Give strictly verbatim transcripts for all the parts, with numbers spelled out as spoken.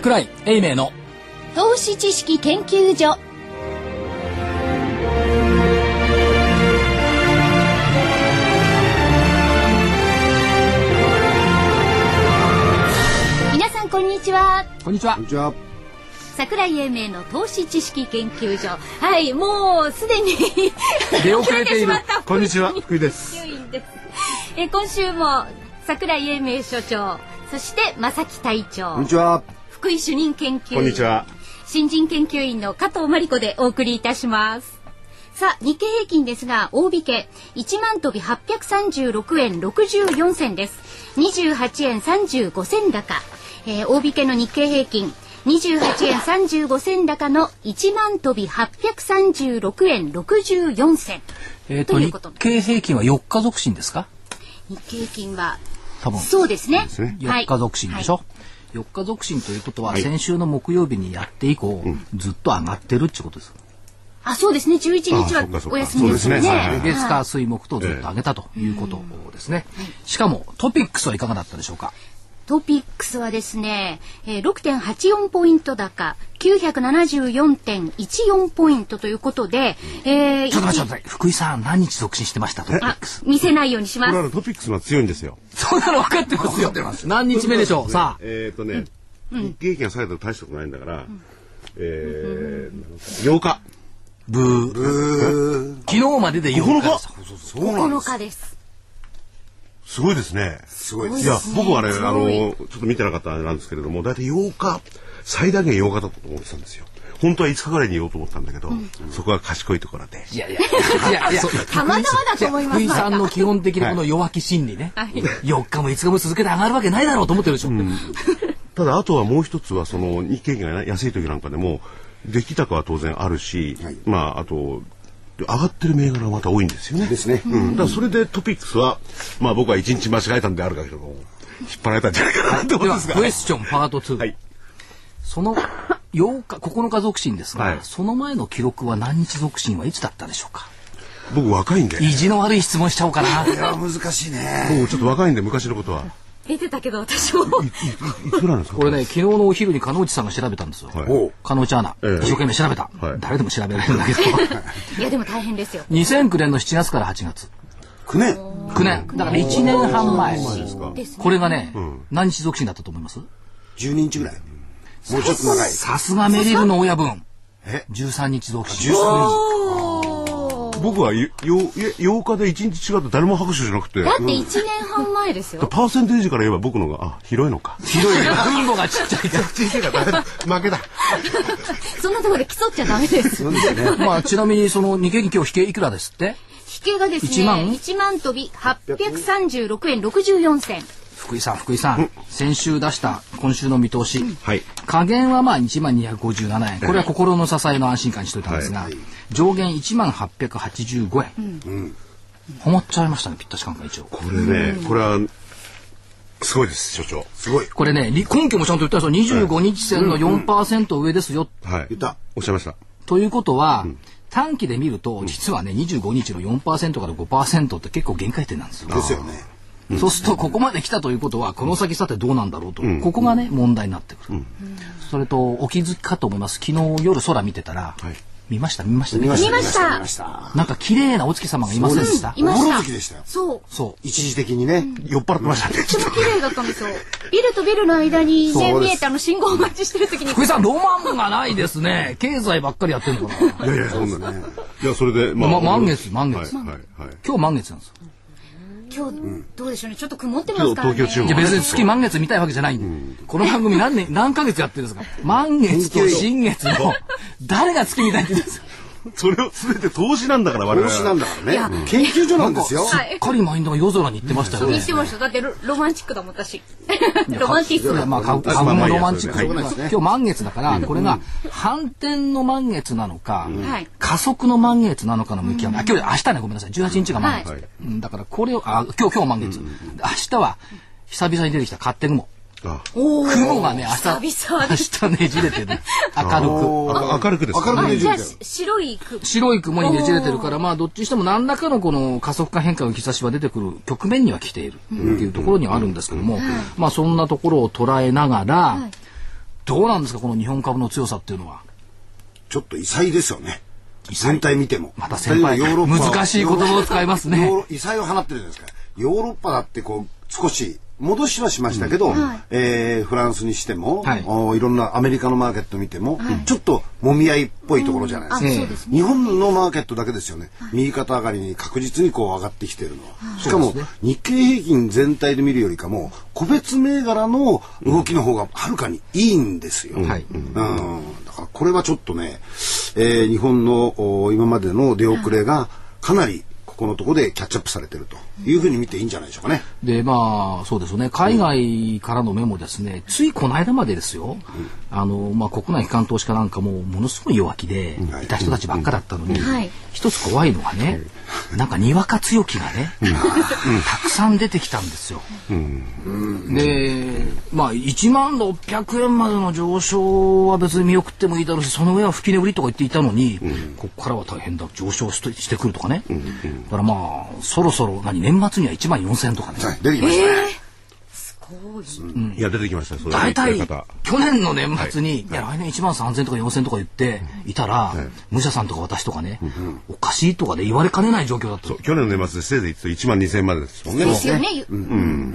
桜井英明の投資知識研究所。皆さんこんにちは。 こんにちは。 こんにちは。 桜井英明の投資知識研究所。はい、もうすでに出遅れている。 こんにちは、福井です。 え今週も桜井英明所長、そして正木隊長、 こんにちは。 福井主任研究員、 こんにちは。 新人研究員の加藤真理子でお送りいたします。さあ、日経平均ですが、大引けいちまん飛びはっぴゃくさんじゅうろくえんろくじゅうよん銭です。にじゅうはちえんさんじゅうご銭高、えー、大引けの日経平均にじゅうはちえんさんじゅうご銭高のいちまん飛びはっぴゃくさんじゅうろくえんろくじゅうよん銭。 えーと、日経平均はよっか続伸ですか？ 日経平均は多分そうですね。 よっか続伸でしょ、はい、よっか続伸ということは、はい、先週の木曜日にやって以降、うん、ずっと上がってるってことです。 あ、そうですね。じゅういちにちはお休みですよね。 はい、月火水木とずっと上げたということですね、はい、しかもトピックスはいかがだったでしょうか？ トピックスはですね、えー、ろくてんはちよん ポイント高 きゅうひゃくななじゅうよんてんいちよん ポイントということで、えー、 ちょっと待って、福井さん何日続伸してました？トピックス見せないようにします。 これはトピックスは強いんですよ。 そんなの分かってますよ。何日目でしょう。さあ、 えっ、ー、とね、うん、日経平均が下げたら大したことないんだから、うん、えー、ようかブーブー昨日まででようかです。 ここのかです。 すごいですね。すごいです。いや、僕はね、あの、ちょっと見てなかったあれなんですけれども、だいたいようか、最大限ようかだと思ってたんですよ。本当はいつかぐらいに言おうと思ったんだけど、うん、そこは賢いところで。 いやいや、いやいや、 たまたまだと思います。 福井さんの基本的なこの弱気心理ね、はい、よっかもいつかも続けて上がるわけないだろうと思ってるでしょ。うん、 ただ、あとはもう一つは、その、日経平均が安い時なんかでも、出来高は当然あるし、はい、まあ、あと、上がってる銘柄がまた多いんですよね。 ですね。 うん。だからそれでトピックスは、まあ僕は一日間違えたんであるかけども、引っ張られたんじゃないかなと思うんですが。 クエスチョンパートツー。はい。そのようか、ここのか続伸ですが、はい、その前の記録は何日続伸はいつだったでしょうか？ 僕若いんで。 意地の悪い質問しちゃおうかな。 いや、難しいね。 僕ちょっと若いんで、昔のことは。 出てたけど私もいくらなんですか？ これね、昨日のお昼に鹿野内さんが調べたんですよ。はい、鹿野内アナ、ええ、一生懸命調べた、はい、誰でも調べられるんだけどいやでも大変ですよ。 にせんきゅうねんのしちがつからはちがつ、 きゅうねんきゅうねんだからいちねんはん前ですか。 これがね、うん、何日続伸だったと思います？ じゅうににちぐらい。もうちょっと長い。 さすがメリルの親分。えじゅうさんにち続伸。 じゅうさんにち。 僕はようかでいちにち違って誰も拍手じゃなくて、 だっていちねんはん前ですよ。 パーセンテージから言えば僕のがあ広いのか。 広いね。分母がちっちゃい。 ちっちゃいから負けだ。 そんなところで競っちゃダメです。 まあちなみにその日経平均今日引けいくらですって？ 引けがですねいちまん飛びはっぴゃくさんじゅうろくえんろくじゅうよん銭。 福井さん福井さん、うん、先週出した今週の見通し、うん、 はい、 下限はまあいちまんにひゃくごじゅうななえん、これは心の支えの安心感にしといたんですが、はい、上限いちまんはっぴゃくはちじゅうごえん、うん、はまっちゃいましたね。ぴったし感が一応これね、うん、これはすごいです所長。 すごい。 これね根拠もちゃんと言ったんですよ。にじゅうごにち線の よんパーセント 上ですよ、 はい、言ったおっしゃいました。 ということは、うん、短期で見ると実はねにじゅうごにちの よんパーセント から ごパーセント って結構限界点なんですよ。 ですよね。 そうするとここまで来たということはこの先さてどうなんだろうと、うん、ここがね問題になってくる、うん、それとお気づきかと思います。昨日夜空見てたら、はい、見ました見ました見ました見ましたなんか綺麗なお月様がいませんでした？ いました。 お月でしたよ。 そうそう一時的にね、うん、酔っ払ってましたね。 とっても綺麗だったんですよ。ビルとビルの間にね見えたの信号待ちしてる時に。 福井さんロマンがないですね。経済ばっかりやってるのかな。 いやいやそんなね。いやそれでまあ、ま、満月満月、 はいはいはい、 今日満月なんですよ。 今日どうでしょうね。ちょっと曇ってますからね。 いや別に月満月見たいわけじゃない、うん、この番組何年何ヶ月やってるんですか。満月と新月の誰が月見たいって言うんですよ。 それを全て投資なんだから我々 投資なんだからね、うん、研究所なんですよ。 すっかりマインドが夜空に行ってましたよね。 行ってました。だって ロ, ロマンチックだもん私。ロマンティックな。 まあ株もロマンチック、はい、今日満月だから、うん、これが反転の満月なのか、うん、加速の満月なのかの向き合い、うん、あ今日明日ねごめんなさいじゅうはちにちが満月、はい、だからこれをあ今日今日満月、うん、明日は久々に出てきた勝手雲。雲がね明日明日ねじれてる。明るく明るくですか。 明るくねじれてる。白い雲白い雲にねじれてるから、まあどっちにしても何らかのこの加速化変化の兆しは出てくる局面には来ているっていうところにはあるんですけども、まあそんなところを捉えながら、 どうなんですかこの日本株の強さっていうのは。 ちょっと異彩ですよね。全体見ても。 また先輩ヨーロッパ難しい言葉を使いますね。 異彩を放ってるじゃないですか。ヨーロッパだってこう少し戻しはしましたけど、うんはいえー、フランスにしても、はい、おいろんなアメリカのマーケット見ても、はい、ちょっともみ合いっぽいところじゃないですか、うんすね、日本のマーケットだけですよね、はい、右肩上がりに確実にこう上がってきているのは、はい、しかも、ね、日経平均全体で見るよりかも個別銘柄の動きの方がはるかにいいんですよ、うんはいうん、だからこれはちょっとね、えー、日本の今までの出遅れがかなりこのところでキャッチアップされているというふうに見ていいんじゃないでしょうかね。 でまあそうですね海外からの目もですね、うん、ついこの間までですよ、うん、あのまあ、国内機関投資家なんかもものすごい弱気でいた人たちばっかだったのに、うんうん、一つ怖いのがね、うん、なんかにわか強気がね、うん、たくさん出てきたんですよ。うん、でまあいちまんろっぴゃくえんまでの上昇は別に見送ってもいいだろうしその上は吹き値売りとか言っていたのに、うん、ここからは大変だ上昇して、してくるとかね、うんうん、だからまあそろそろ何年末にはいちまんよんせんとかね、 はい、出てきましたね、えーすごい、 うん、いや出てきましたそれ大体去年の年末に、はい、いや来年いちまんさんぜんとかよんせんとか言っていたら、はい、武者さんとか私とかね、うん、おかしいとかで言われかねない状況だった。 そう去年の年末でせいぜい言っていちまんにせんまでですもんね。 ですよね、 うんうん、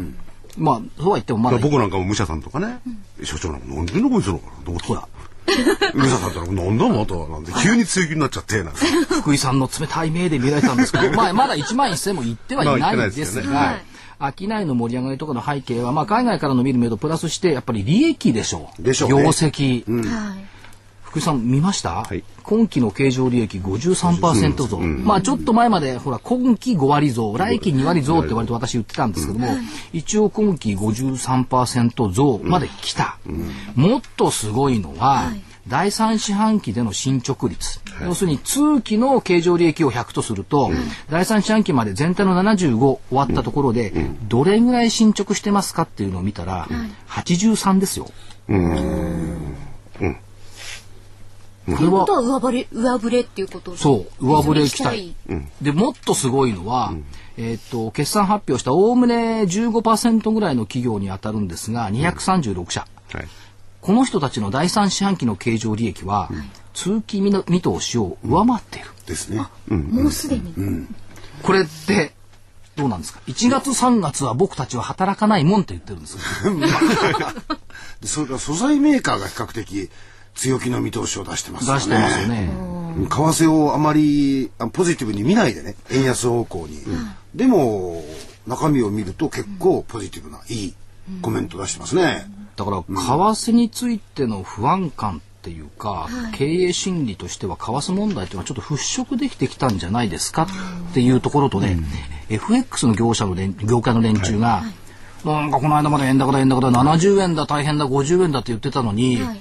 まあそうは言ってもまだ僕なんかも武者さんとかね、うん、所長なんかなんでのこいつのかなと思ってほら武者さんってなんだまたなんで急に強気になっちゃってなんて福井さんの冷たい目で見られたんですけどまあまだいちまんせんも言ってはいないんですが商いの盛り上がりとかの背景は、まあ、海外からの見る目とプラスしてやっぱり利益でしょう。 でしょうね。 業績、うん、福井さん見ました、はい、今期の経常利益 ごじゅうさんパーセント 増、うん、まあちょっと前までほら今期ごわり増来期にわり増って割と私言ってたんですけども、うん、一応今期 ごじゅうさんパーセント 増まで来た、うん、もっとすごいのは、はいだいさん四半期での進捗率、はい、要するに通期の経常利益をひゃくとすると、うん、だいさん四半期まで全体のななじゅうご終わったところで、うん、どれぐらい進捗してますかっていうのを見たら、うん、はちじゅうさんですよ。うんうんこれは上振れ上振れっていうことそう上振れ期待、うん、でもっとすごいのは、うんえー、と決算発表したおおむね じゅうごパーセント ぐらいの企業に当たるんですがにひゃくさんじゅうろくしゃ、うんはいこの人たちのだいさん四半期の経常利益は、うん、通期見通しを上回っている、 うん、ですね、 うん、もうすでに、うん、 これってどうなんですかいちがつさんがつは僕たちは働かないもんって言ってるんですそれから素材メーカーが比較的強気の見通しを出してますよね出してますよね為替をあまりポジティブに見ないでね円安方向に、うん、でも中身を見ると結構ポジティブないいコメント出してますね、うんだから為替についての不安感っていうか、うん、経営心理としては為替問題というのはちょっと払拭できてきたんじゃないですかっていうところとね、うん、エフエックス の業者の業界の連中が、はい、なんかこの間まで円高だ円高だななじゅうえんだ大変だごじゅうえんだって言ってたのに、はい、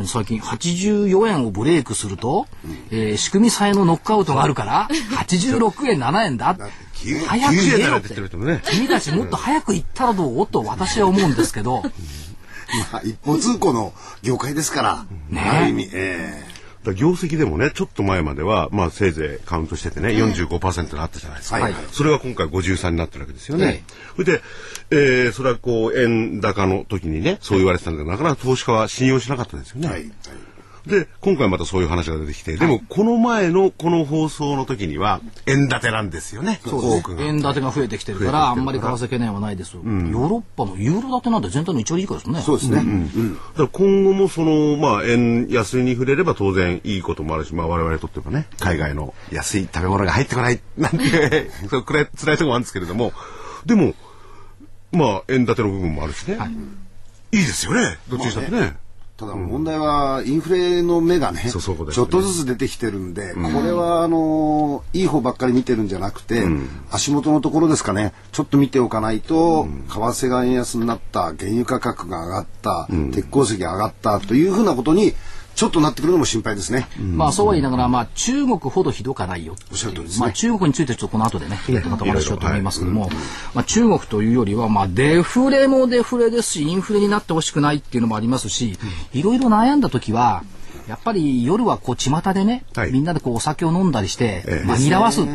最近はちじゅうよえんをブレイクすると、うんえー、仕組みさえのノックアウトがあるからはちじゅうろくえんななえんだ早く言えよって、ね、君たちもっと早く言ったらどうと私は思うんですけどまあ、一方通行の業界ですから、ね、ある意味、えー、だ業績でもねちょっと前までは、まあ、せいぜいカウントしててね、うん、よんじゅうごパーセント になったじゃないですか、はい、それが今回ごじゅうさんになってるわけですよね、はい、それで、えー、それはこう円高の時にねそう言われてたんだけどなかなか投資家は信用しなかったんですよね、はいはいで今回またそういう話が出てきて、はい、でもこの前のこの放送の時には円建てなんですよね。 そうですね。円建てが増えてきてるからあんまり為替懸念はないです、うん、ヨーロッパのユーロ建てなんて全体のいちわり以下ですね。 そうですね、うんうん、 だから今後もその、まあ、円安に触れれば当然いいこともあるし、まあ、我々にとってはね海外の安い食べ物が入ってこないなんてそうくらい辛いところもあるんですけれどもでもまあ円建ての部分もあるしね、はい、いいですよねどっちにしたってね、まあねただ問題はインフレの目がね、うん、ちょっとずつ出てきてるんで、うん、これはあのいい方ばっかり見てるんじゃなくて、うん、足元のところですかねちょっと見ておかないと、うん、為替が円安になった原油価格が上がった、うん、鉄鉱石が上がったというふうなことにちょっとなってくるのも心配ですね。 うん、まあそうは言いながら、まあ中国ほどひどくないよ。 おっしゃる通りですね。 まあ中国についてちょっとこの後でね、またお話しようと思いますけども、まあ中国というよりはまあデフレもデフレですし、インフレになってほしくないっていうのもありますし、いろいろ悩んだ時はやっぱり夜はこう巷でね、はい、みんなでこうお酒を飲んだりして、ええ、紛らわす。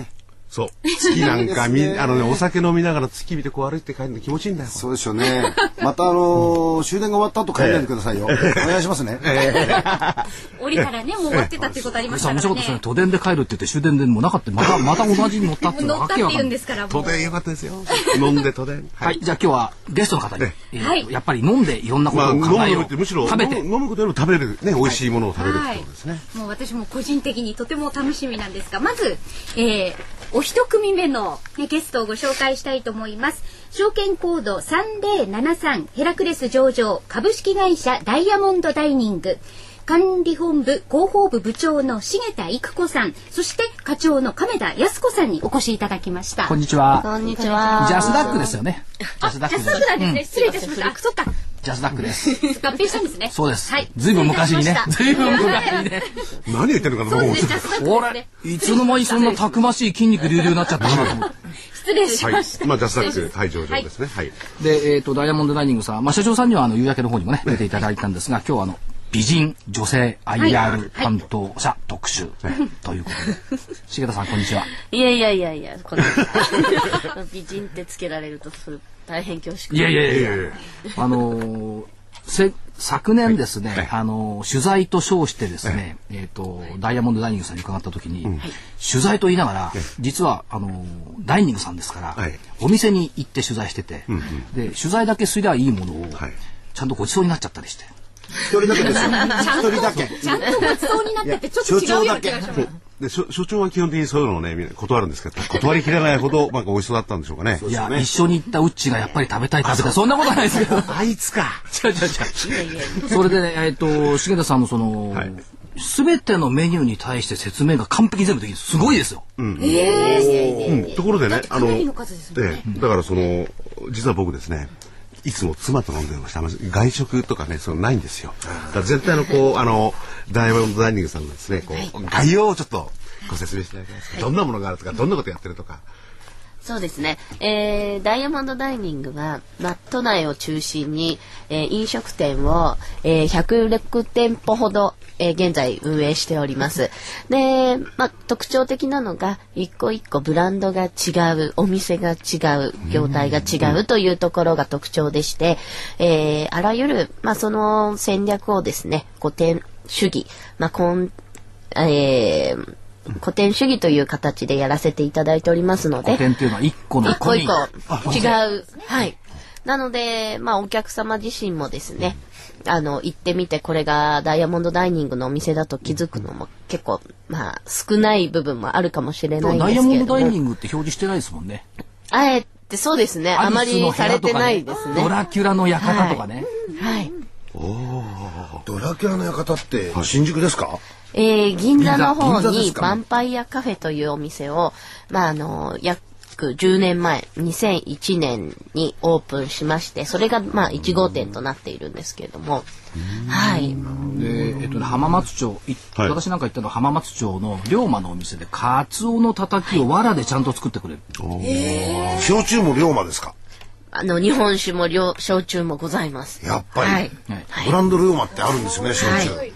そう月なんかみあのねお酒飲みながら月見てこう歩いて帰るの気持ちいいんだよ。 そうでしょうね。またあのー、終電が終わった後帰らないでくださいよ。お願いしますね。 折からねもう終わってたっていうことありましたからね。 面白かったですね。都電で帰るって言って終電でもなかったまたまた同じに乗ったっていうの乗ったって言うんですから。 都電よかったですよ。飲んで都電。 はい。じゃあ今日はゲストの方にやっぱり飲んでいろんなことを考えよう。 むしろ食べて飲むことより食べるね美味しいものを食べるってことですね。 もう私も個人的にとても楽しみなんですが、まず、えー、お一組目の、ね、ゲストをご紹介したいと思います。証券コードさんぜろななさんヘラクレス上場株式会社ダイヤモンドダイニング管理本部広報部部長の重田育子さん、そして課長の亀田康子さんにお越しいただきました。 こんにちは。 こんにちは。 ジャスダックですよね。 ジャスダックですね。失礼いたしました。あ、そっか。 ジャスダックです。 合併したんですね。 そうです。 はい。 ずいぶん昔にね。ずいぶん昔にね。 何言ってるのかな。 そうですね。ジャスダックですね。 いつの間にそんなたくましい筋肉隆々になっちゃったかなと思って。 失礼しました。 まあジャスダックはい上場ですね。はい。 でえっとダイヤモンドダイニングさん、まあ社長さんにはあの夕焼けの方にもね出ていただいたんですが、今日はあの美人女性 アイアール 担当者特集ということで、重田さんこんにちは。 いやいやいやいや、この美人ってつけられるとそれ大変恐縮。 いやいやいやいや。あのせ昨年ですね、あの取材と称してですね、えっとダイヤモンドダイニングさんに伺った時に、取材と言いながら実はあのダイニングさんですから、お店に行って取材してて、で取材だけすりゃいいものをちゃんとごちそうになっちゃったりして。 一人だけです。一人だけ。 ちゃんとごちそうになっててちょっと違うような気がします。 で所長は基本的にそういうのをね断るんですけど、断りきれないほどなんか美味しそうだったんでしょうかね。 いや一緒に行ったウッチがやっぱり食べたい食べたいそんなことないですけど。 あいつか。 違う違う違う。それでねえっと重田さんのそのすべてのメニューに対して説明が完璧に全部できる。すごいですよ。 ところでねあのだからその実は僕ですね。いつも妻と飲んでました。外食とかね、そのないんですよ。だから絶対のこうあのダイヤモンドダイニングさんのですね、こう概要をちょっとご説明していただけますか。どんなものがあるとか、どんなことやってるとか。 そうですね、えー、ダイヤモンドダイニングは、まあ、都内を中心に、えー、飲食店を、えー、ひゃくろくてんぽほど、えー、現在運営しております。で、まあ、特徴的なのが一個一個ブランドが違う、お店が違う、業態が違うというところが特徴でして、えー、あらゆる、まあ、その戦略をですね古典主義、まあこんえー古典主義という形でやらせていただいておりますので、 古典っていうのは一個の一個一個違う、はい。なので、まあお客様自身もですね、あの行ってみてこれがダイヤモンドダイニングのお店だと気づくのも結構まあ少ない部分もあるかもしれないんですけれども、 ダイヤモンドダイニングって表示してないですもんね。 あえてそうですね、あまりされてないですね。 ドラキュラの館とかね。 はい。はい、 おドラキュラの館って新宿ですか？ えー、銀座の方にヴァンパイアカフェというお店を、まあ、あの約じゅうねんまえにせんいちねんにオープンしまして、それがまあいち号店となっているんですけれども、はい。 でえっとね、浜松町、はい、私なんか行ったのは浜松町の龍馬のお店でカツオのたたきを藁でちゃんと作ってくれる。 えー、焼酎も龍馬ですか？ あの日本酒も焼酎もございます。 やっぱり、はい、ブランド龍馬ってあるんですよね、焼酎。はい、うん。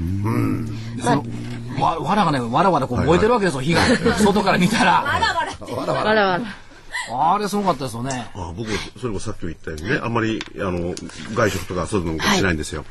まあ、わ、わらがね、わらわらこう燃えてるわけですよ、火が。外から見たら。 わらわらって。 わらわら。わらあれすごかったですよね。 あ僕それもさっき言ったようにね、あんまりあの外食とかそういうのもしないんですよ。はい、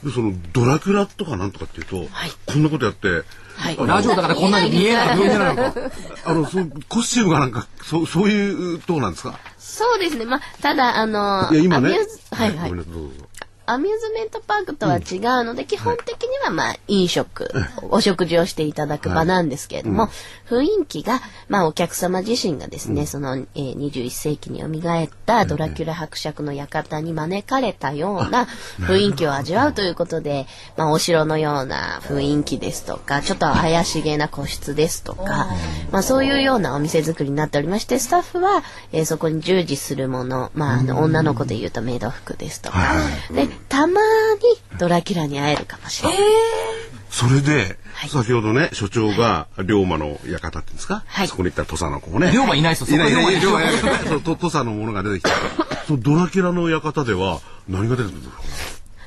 でそのドラキュラとかなんとかっていうと、はい、こんなことやって、 はい、ラジオだからこんなに見えない見えないのか。 あのそコスチュームがなんかそうそういうとこなんですか？ そうですね。まあただあのいや今ね、 はいはい。アミューズメントパークとは違うので、うん、基本的にはまあ飲食、はい、お食事をしていただく場なんですけれども、はい、雰囲気がまあお客様自身がですね、うん、その、えー、にじゅういっせいきに蘇ったドラキュラ伯爵の館に招かれたような雰囲気を味わうということで、まあお城のような雰囲気ですとか、ちょっと怪しげな個室ですとか、まあそういうようなお店作りになっておりまして、スタッフは、えー、そこに従事するもの、まああの女の子でいうとメイド服ですとか、でたまにドラキュラに会えるかもしれない。えー、 それで、はい、先ほどね所長が龍馬の館って言うんですか、はい、そこに行った土佐の子もね、 龍馬いないですよ。 いないいないいない土佐のものが出てきた。そのドラキュラの館では何が出てくるんですか？ ま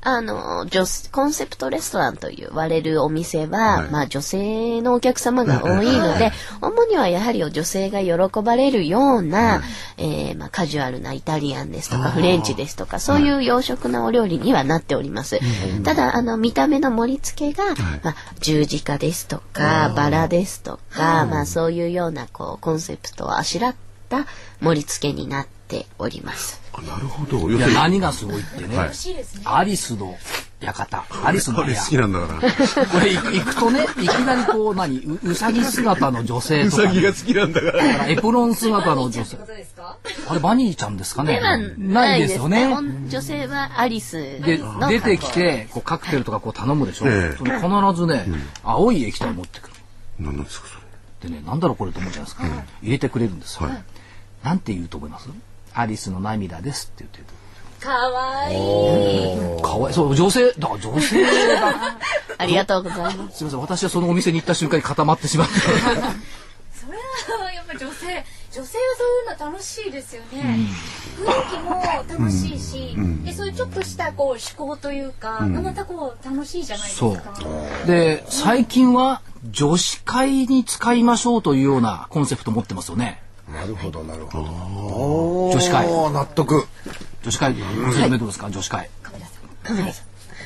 あの女コンセプトレストランと言われるお店は、はい、まあ女性のお客様が多いので、主にはやはり女性が喜ばれるような、はい、えー、まあカジュアルなイタリアンですとかフレンチですとかそういう洋食なお料理にはなっております。はい、ただあの見た目の盛り付けが、はい、まあ十字架ですとかバラですとか、まあそういうようなこうコンセプトをあしらった盛り付けになっております。 なるほど。 いや何がすごいってね、はい、アリスの館、アリスの部屋。 好きなんだから。 これ行くとね、いきなりこう何 う, うさぎ姿の女性とか、ね、 うさぎが好きなんだから。 エプロン姿の女性。あれバニーちゃんですかね。ないですよね。 女性はアリスで出てきてこうカクテルとかこう頼むでしょ。ええ、それ必ずね、うん、青い液体持ってくる。 何なんですかそれ。でね、なんだろうこれと思うじゃないですか。うん、入れてくれるんですよ。はい、なんて言うと思います？アリスの涙ですって言ってる。 かわいい。 かわいい。そう女性だから女性が。 ありがとうございます。 すみません、私はそのお店に行った瞬間に固まってしまって。 それはやっぱ女性女性はそういうの楽しいですよね。うん、雰囲気も楽しいし、うん、でそういうちょっとしたこう思考というか、うん、またこう楽しいじゃないですか。 そうで最近は女子会に使いましょうというようなコンセプトを持ってますよね。 なるほどなるほど。女子会。 納得。 女子会。はい、どうですか女子会。 はい。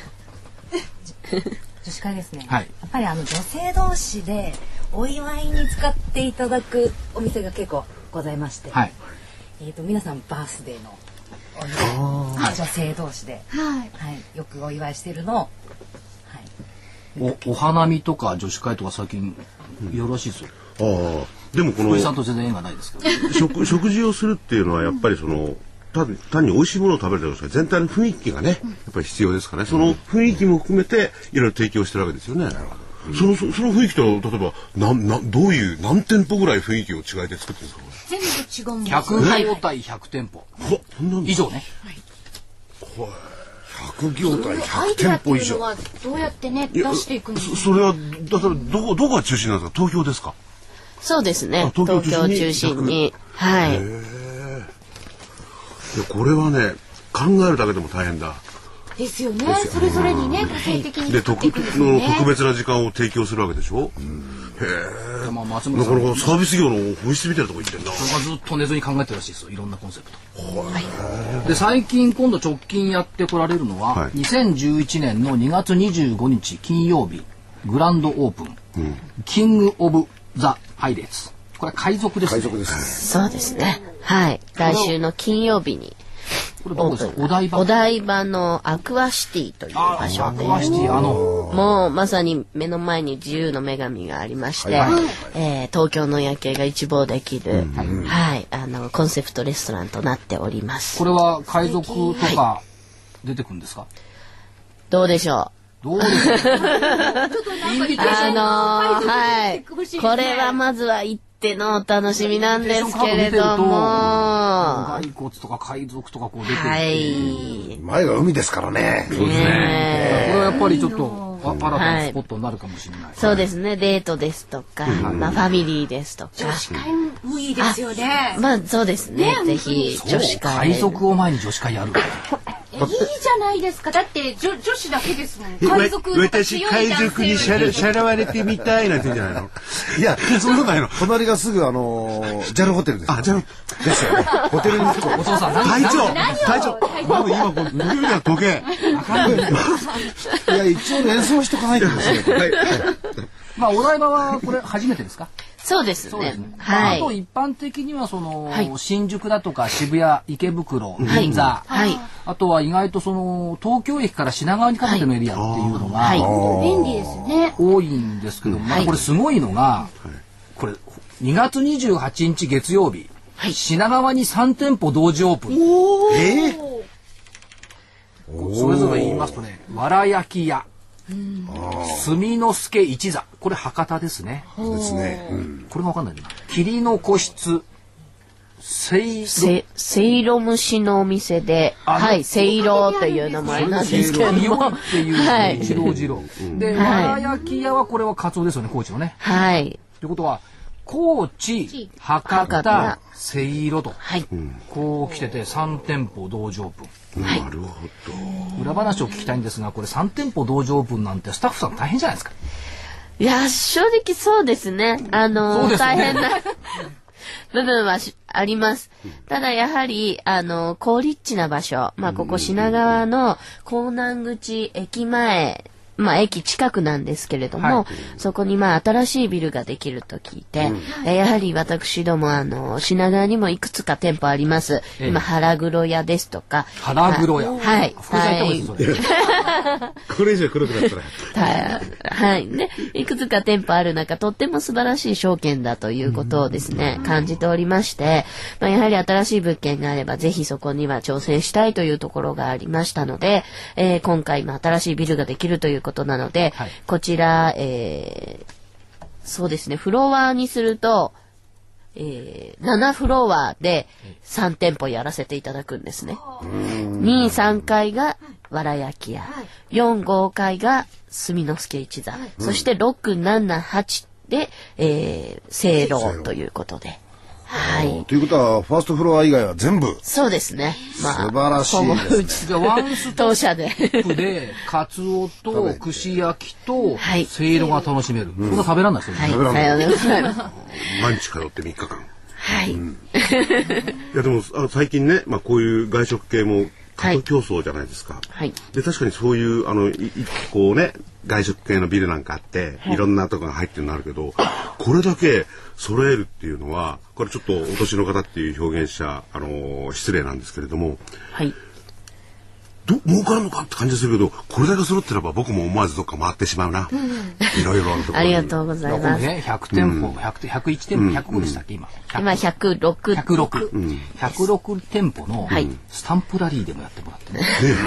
女子会ですね。 はい。 やっぱりあの女性同士でお祝いに使っていただくお店が結構ございまして。はい。えっと皆さんバースデーのお祝い、女性同士で、はい、はい、よくお祝いしているのを、はい。おお花見とか女子会とか最近よろしいですよ。 ああ。でもこの福井さんと全然縁がないですけど食, 食事をするっていうのはやっぱりその単, 単に美味しいものを食べるとか全体の雰囲気がねやっぱり必要ですからね。その雰囲気も含めていろいろ提供してるわけですよね。うん、そのその雰囲気と例えばなんなどういう何店舗ぐらい雰囲気を違えて作ってるんですか。 全部違うんです。 ひゃく業態ひゃく店舗以上ね。はい、 ひゃく業態ひゃく店舗以上。 どうやってね出していくんですか。 それはだからどこどこが中心なんですか。東京ですか。 そうですね。東京を中心に。はい。 これはね考えるだけでも大変だ。 ですよね。それぞれにね個性的に作っていくんですよね。で特別な時間を提供するわけでしょ。うん、へえ。まあ松村さん。だからサービス業の本質みたいなとこ行ってんな。 それがずっと寝ずに考えてるらしいですよ。いろんなコンセプト。はい。で最近今度直近やってこられるのは、はい、にせんじゅういちねんのにがつにじゅうごにち金曜日グランドオープン、うん、キングオブザパイレーツ。これは海賊ですね。 海賊ですね。そうですね。はい。来週の金曜日に。 これどこですか。お台場。 お台場のアクアシティという場所で。 アクアシティあの。 もうまさに目の前に自由の女神がありまして、はい、えー、東京の夜景が一望できる、うん、はい、あのコンセプトレストランとなっております。 これは海賊とか出てくるんですか。はい、 どうでしょう。 どうですか。あのー、はい。これはまずは行ってのお楽しみなんですけれども。 骸骨とか海賊とかこう出てる。 はい。 前が海ですからね。 そうですね。これはやっぱりちょっと新たなスポットになるかもしれない。はい、 そうですね。デートですとか、まあファミリーですとか。 女子会もいいですよね。 まあそうですね。ぜひ女子会。 海賊を前に女子会やる。 いいじゃないですか。だって女女子だけですもん。海賊私海賊にしゃらしゃらわれてみたいなんて言うんじゃないの。 いやそんなことないの。隣がすぐあのー、ジャルホテルです。 あジャルですよね。ホテルに行くと。 お父さん隊長隊長。まず今こう時々時計。 いや一応連想しとかないとですね。はい。 まあお台場はこれ初めてですか。 そうですね。 はい。あと一般的にはその、はい、新宿だとか渋谷、池袋、銀座、はい、あとは意外とその東京駅から品川にかけてのエリアっていうのが、 はいはい、便利ですよね。 多いんですけど、まあこれすごいのが、これにがつにじゅうはちにち月曜日、はい、品川にさんてんぽ同時オープン。 えー、それぞれ言いますとね、わら焼き屋。住之助一座、これ博多ですね。 そうですね。 うん、これがわかんないな。霧の個室、せいせせいろ蒸しのお店で、はい、せいろという名前なんですけれども、 っていうはい、次郎次郎。で、わら焼き屋はこれはカツオですよね、高知のね。 はい。 ということは高知、博多、せいろと、はい、こう来ててさんてんぽ同時オープン。 はい、なるほど。裏話を聞きたいんですが、これさん店舗同時オープンなんてスタッフさん大変じゃないですか。 いや正直そうですね。あのーね、大変な部分はあります。ただやはりあの高立地な場所、まあここ品川の港南口駅前。まあ駅近くなんですけれども、はい、そこにまあ新しいビルができると聞いて、うん、えやはり私どもあの品川にもいくつか店舗あります。ええ、今腹黒屋ですとか、 腹黒屋、 はい、 はい、 これ以上黒くなったら、はい、ね、いくつか店舗ある中、とっても素晴らしい証券だということをですね、感じておりまして、まあ、やはり新しい物件があればぜひそこには挑戦したいというところがありましたので、えー、今回まあ新しいビルができるということなので、はい、こちら、えー、そうですね、フロアにすると、えー、ななフロアでさん店舗やらせていただくんですね。に、さんかいがわら焼き屋、よん、ごかいが住之助一座、そしてろく、なな、はちで、えー、正楼ということで。はい。 ということはファーストフロア以外は全部。 そうですね。 まあ、素晴らしいですね。 ワンストップでカツオと串焼きとせいろが楽しめる。これは食べられないですよね。 食べられない。 毎日通ってみっかかん。 はい。うん、いやでもあ最近ね、まあこういう外食系も過渡競争じゃないですか。 はい。 で確かにそういうあのいこうね外食系のビルなんかあって、はい、いろんなとこが入ってるのあるけど、これだけ揃えるっていうのはこれちょっとお年の方っていう表現者あのー、失礼なんですけれども、 はい。 ど儲かるのかって感じするけど、これだけ揃ってれば僕も思わずどっか回ってしまうな。うん、いろいろなところに。 ありがとうございます。 ね、ひゃく店舗、うん、ひゃく、ひゃくいち店舗、ひゃくごでしたっけ今。 今ひゃくろく。 ひゃくろく。ひゃくろく店舗のスタンプラリーでもやってもらってね。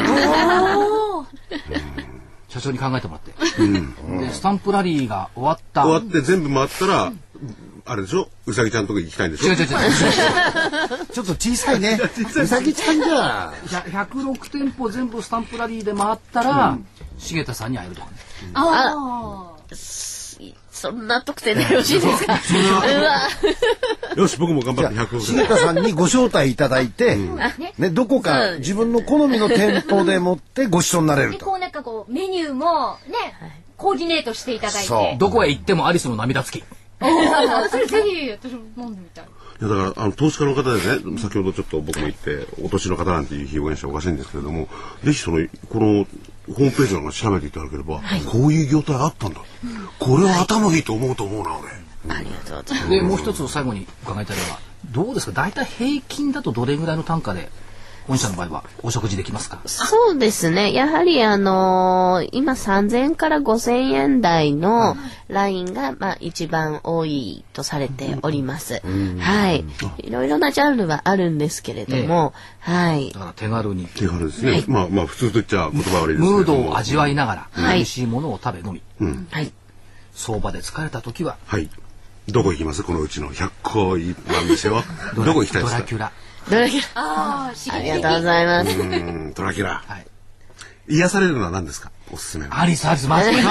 社長に考えてもらって。うん、でスタンプラリーが終わった。 終わって全部回ったら。あれでしょ、うさぎちゃんのとこ行きたいんでしょ。 違う違う違う。 ちょっと小さいね。うさぎちゃんじゃ。 ひゃくろく店舗全部スタンプラリーで回ったら、重田さんに会えるとかね。 ああ。そんな特典でよろしいですか。 よし、僕も頑張ってひゃくろく。 重田さんにご招待いただいて、ね、どこか自分の好みの店舗でもってご一緒になれると。 こうなんかこうメニューもね、コーディネートしていただいて。 どこへ行ってもアリスの涙付き。 それぜひ私も飲んでみたい。 いやだからあの投資家の方でね、先ほどちょっと僕も言ってお年の方なんていう表現者おかしいんですけれども、ぜひそのこのホームページなんか調べていただければ、はい、こういう業態あったんだ、うん、これは頭いいと思うと思うな俺、 うん、ありがとうございます。 でもう一つ最後に伺いたいのはどうですか、大体平均だとどれぐらいの単価で御社の場合はお食事できますか。 そうですね、やはりあのー、今さんぜんえんからごせんえん台のラインが、まあ、一番多いとされております、うん、はい、いろいろなジャンルはあるんですけれども、ええ、はい、 だから手軽に手軽ですね、はい、まあまあ普通と言っちゃ言葉悪いですけどムードを味わいながら、はい、美味しいものを食べ飲み、 うん、はい、 相場で疲れた時は、 はい、どこ行きますこのうちのひゃっこなんですよどこ行きたいですか。 ドラキュラドラキュラ。ああ、ありがとうございます。 うん、ドラキュラ。はい。癒されるのは何ですか。おすすめの。 アリスアリスマジで。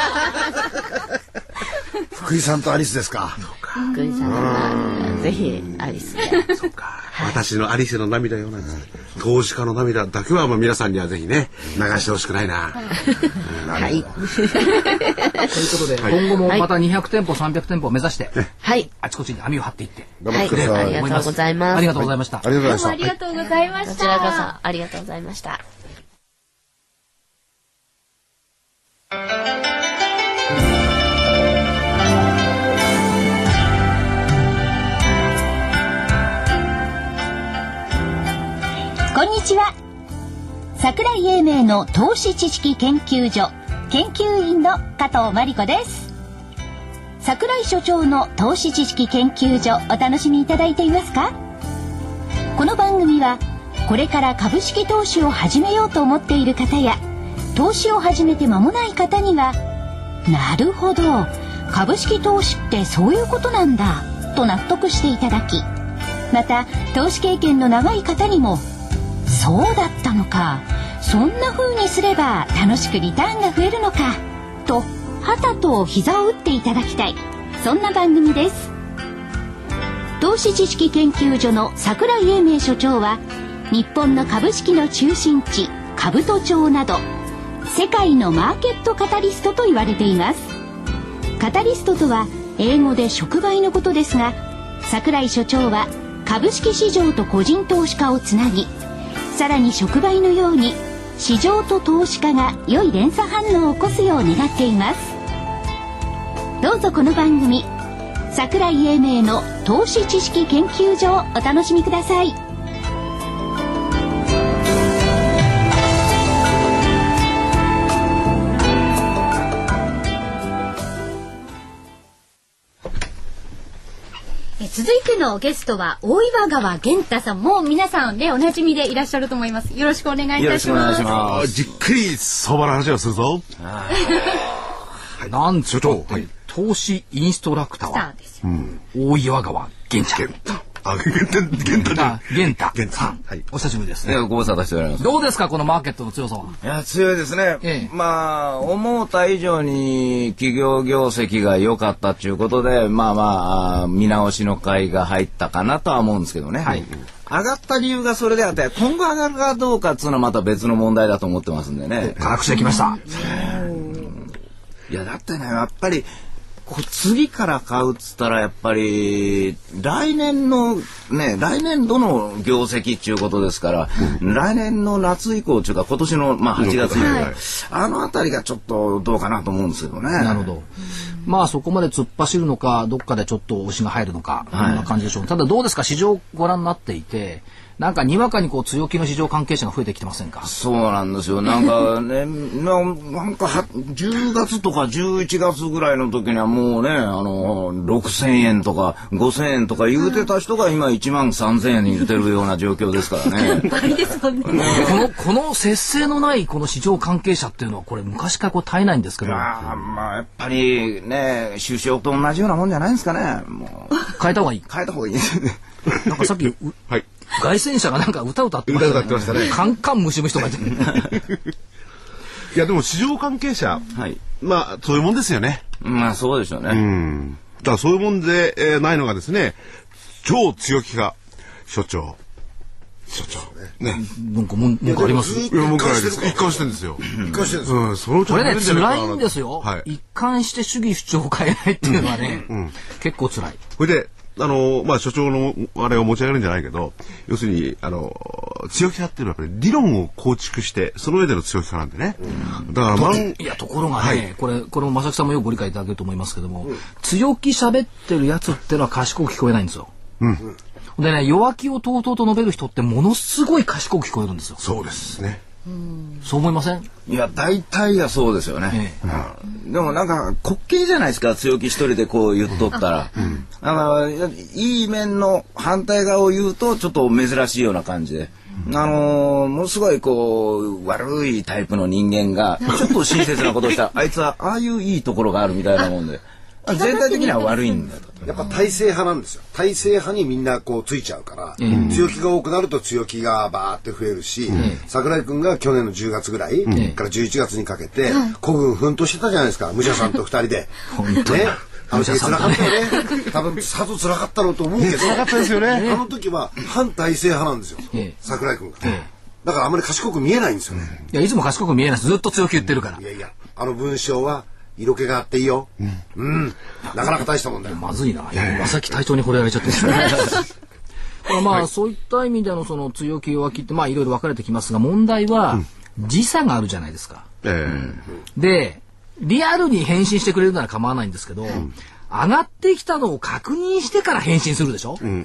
福井さんとアリスですか。 福井さんはぜひアリスで。 そうか。私のアリスの涙よなんです。投資家の涙だけはまあ皆さんにはぜひね流してほしくないな。 はい。 ということで今後もまたにひゃく店舗さんびゃく店舗を目指してはいあちこちに網を張っていって頑張ってください。ありがとうございます。 ありがとうございました。 ありがとうございました。 ありがとうございました。 こちらこそありがとうございました。 こんにちは。桜井英明の投資知識研究所研究員の加藤真理子です。桜井所長の投資知識研究所お楽しみいただいていますか。この番組はこれから株式投資を始めようと思っている方や投資を始めて間もない方にはなるほど株式投資ってそういうことなんだと納得していただき、また投資経験の長い方にもそうだったのか、そんな風にすれば楽しくリターンが増えるのかとはたと膝を打っていただきたい、そんな番組です。投資知識研究所の桜井英明所長は日本の株式の中心地兜町など世界のマーケットカタリストと言われています。カタリストとは英語で触媒のことですが、櫻井所長は株式市場と個人投資家をつなぎ、さらに触媒のように市場と投資家が良い連鎖反応を起こすよう願っています。どうぞこの番組櫻井英明の投資知識研究所をお楽しみください。続いてのゲストは大岩川源太さん、もう皆さんでおなじみでいらっしゃると思います。よろしくお願いいたします。 ますじっくり相場の話をするぞ。 なんちょっと、はい、投資インストラクターは、うん、大岩川源太。 あ、源太、源太、 源太さん、はい、お久しぶりですね。 ご無沙汰しております。 どうですかこのマーケットの強さは。 いや強いですね。ええ、まあ思った以上に企業業績が良かったということで、まあまあ見直しの買いが入ったかなとは思うんですけどね。はい。上がった理由がそれであって、今後上がるかどうかっていうのはまた別の問題だと思ってますんでね。 辛くしてきました。 いやだってねやっぱり。次から買うっつったらやっぱり来年のね来年度の業績っていうことですから、うん、来年の夏以降っていうか今年のまあはちがつ以降、はい、あのあたりがちょっとどうかなと思うんですけどね。 なるほど。まあそこまで突っ走るのかどっかでちょっと押しが入るのか、こんな感じでしょう。ただどうですか市場ご覧になっていて。なんかにわかにこう強気の市場関係者が増えてきてませんか。 そうなんですよ。なんかね、な, なんかはじゅうがつとかじゅういちがつぐらいの時にはもうね、あのろくせんえんとかごせんえんとか言うてた人が今いちまんさんぜんえんに言うてるような状況ですからね。 倍ですもんね。 このこの節制のないこの市場関係者っていうのはこれ昔からこう絶えないんですけど。 あまあやっぱりね首相と同じようなもんじゃないんですかね。もう変えた方がいい。 変えた方がいいですね。 なんかさっきはい。凱旋者がなんか歌歌ってましたね。歌歌ってましたね。カンカン虫む人がいて。いやでも市場関係者、はい、まあそういうもんですよね。 まあそうでしょうね。うん。 だからそういうもんで、えー、ないのがですね、超強気が所長。所長ね。ね。なんか文句あります？ いや文句ないです。一貫してるんですよ。 一貫してるんですよ。 うん。そのこれね辛いんですよ。はい。一貫して主義主張を変えないっていうのはね、うん、結構辛い。 これで。あのまあ所長のあれを持ち上げるんじゃないけど、要するにあの強気派っていうのはやっぱり理論を構築してその上での強気派なんでね。うん、だからまんいやところがね、はい、これこれも正木さんもよくご理解いただけると思いますけども、うん、強気喋ってるやつってのは賢く聞こえないんですよ。うん。でね弱気をとうとうと述べる人ってものすごい賢く聞こえるんですよ。 そうですね。 そう思いません？ いや大体がそうですよね、ええうん、でもなんか滑稽じゃないですか強気一人でこう言っとったら、うん、あのいい面の反対側を言うとちょっと珍しいような感じで、うん、あのー、ものすごいこう悪いタイプの人間がちょっと親切なことをしたらあいつはああいういいところがあるみたいなもんで全体的には悪いんだと。 やっぱ体制派なんですよ。体制派にみんなこうついちゃうから、うん、強気が多くなると強気がバーって増えるし、うん、桜井君が去年のじゅうがつぐらい、うん、からじゅういちがつにかけて、うん、孤軍奮闘してたじゃないですか。武者さんとふたりで。ね。あの時辛かったよね。多分さぞ辛かったろうと思うけど。 辛かったですよね。 あの時は反体制派なんですよ。桜井君が。だからあまり賢く見えないんですよね。 いやいつも賢く見えないです。ずっと強気言ってるから。 いやいやあの文章は。色気があっていいよ、うん、うん、なかなか大したもんだよ。 まずいな。正木隊長に惚れられちゃってる。まあ、はい、そういった意味でのその強気弱気ってまあいろいろ分かれてきますが問題は時差があるじゃないですか。うん、でリアルに返信してくれるなら構わないんですけど、うん、上がってきたのを確認してから返信するでしょ。うんうんうん、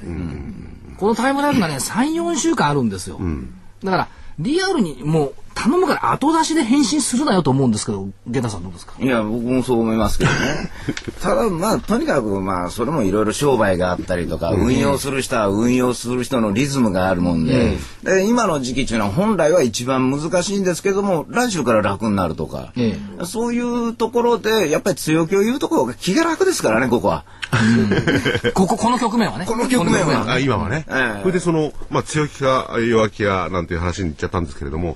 このタイムラグがねさん、よんしゅうかんあるんですよ。うん、だからリアルにもう頼むから後出しで返信するなよと思うんですけど、源太さんどうですか？ いや僕もそう思いますけどね。ただまあとにかくまあそれもいろいろ商売があったりとか、うん、運用する人は運用する人のリズムがあるもんで、うん、で今の時期っていうのは本来は一番難しいんですけども来週から楽になるとか、うん、そういうところでやっぱり強気を言うところが気が楽ですからねここは。 うん、こここの局面はね。 この局面はあ今はね。えー、それでそのまあ強気か弱気かなんていう話にいっちゃったんですけれども、例えば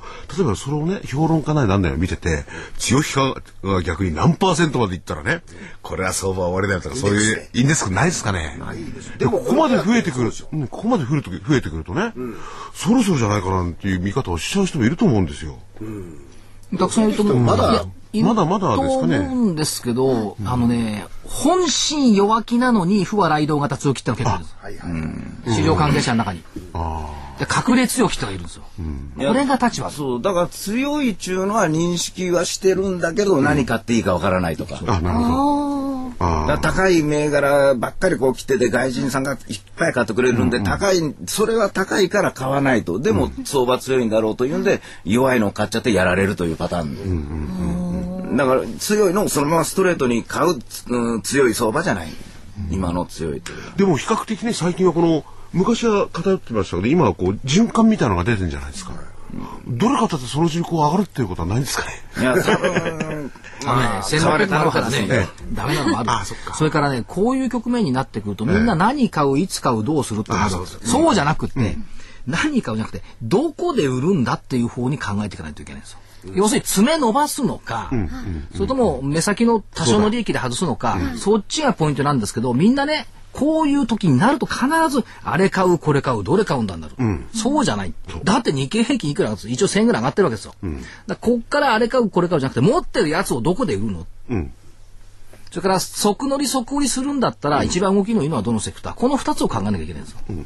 ばそれをね評論家なりなんだよ見てて強気化が逆に何パーセントまでいったらねこれは相場終わりだよとかそういうインデックスないですかね。でもここまで増えてくるここまで増えて増えてくるとね、うん、そろそろじゃないかなっていう見方をしちゃう人もいると思うんですよ。うん、 たくさんいると思う。まだまだまだですかね。 と思うんですけど、うん、あのね本心弱気なのに不和雷動型強気ってのが結構いるんです。市場関係者の中に。あで隠れ強気ってのがいるんですよ。うん、これが立場。 そうだから強いっちゅうのは認識はしてるんだけど、うん、何買っていいかわからないとか。 あなるほど。 だ高い銘柄ばっかりこう来てて外人さんがいっぱい買ってくれるんで、うんうん、高いそれは高いから買わないとでも相場強いんだろうというんで弱いのを買っちゃってやられるというパターンで、うんうんうん、だから強いのをそのままストレートに買う、うん、強い相場じゃない、うん、今の強いという。 でも比較的ね最近はこの昔は偏ってましたけど今はこう循環みたいなのが出てるんじゃないですか。うん、どれかだってそのうちにこう上がるっていうことはないんですかね。 いや多分ああせんろっぴゃくもあるからね、ええ、ダメなのもある。ああ そ, それからねこういう局面になってくるとみんな何買ういつ買うどうするっていうのが、そう, そうじゃなくて、うん、何買うじゃなくてどこで売るんだっていう方に考えていかないといけないんですよ。うん、要するに爪伸ばすのか、うんうん、それとも目先の多少の利益で外すのか、 そ, そっちがポイントなんですけどみんなねこういう時になると必ずあれ買うこれ買うどれ買うんだんだろう、うん、そうじゃない。だって日経平均いくら一応せんえんぐらい上がってるわけですよ。うん、だこっからあれ買うこれ買うじゃなくて持ってるやつをどこで売るの、うん、それから即乗り即売りするんだったら、うん、一番動きのいいのはどのセクターこのふたつを考えなきゃいけないんですよ。うん、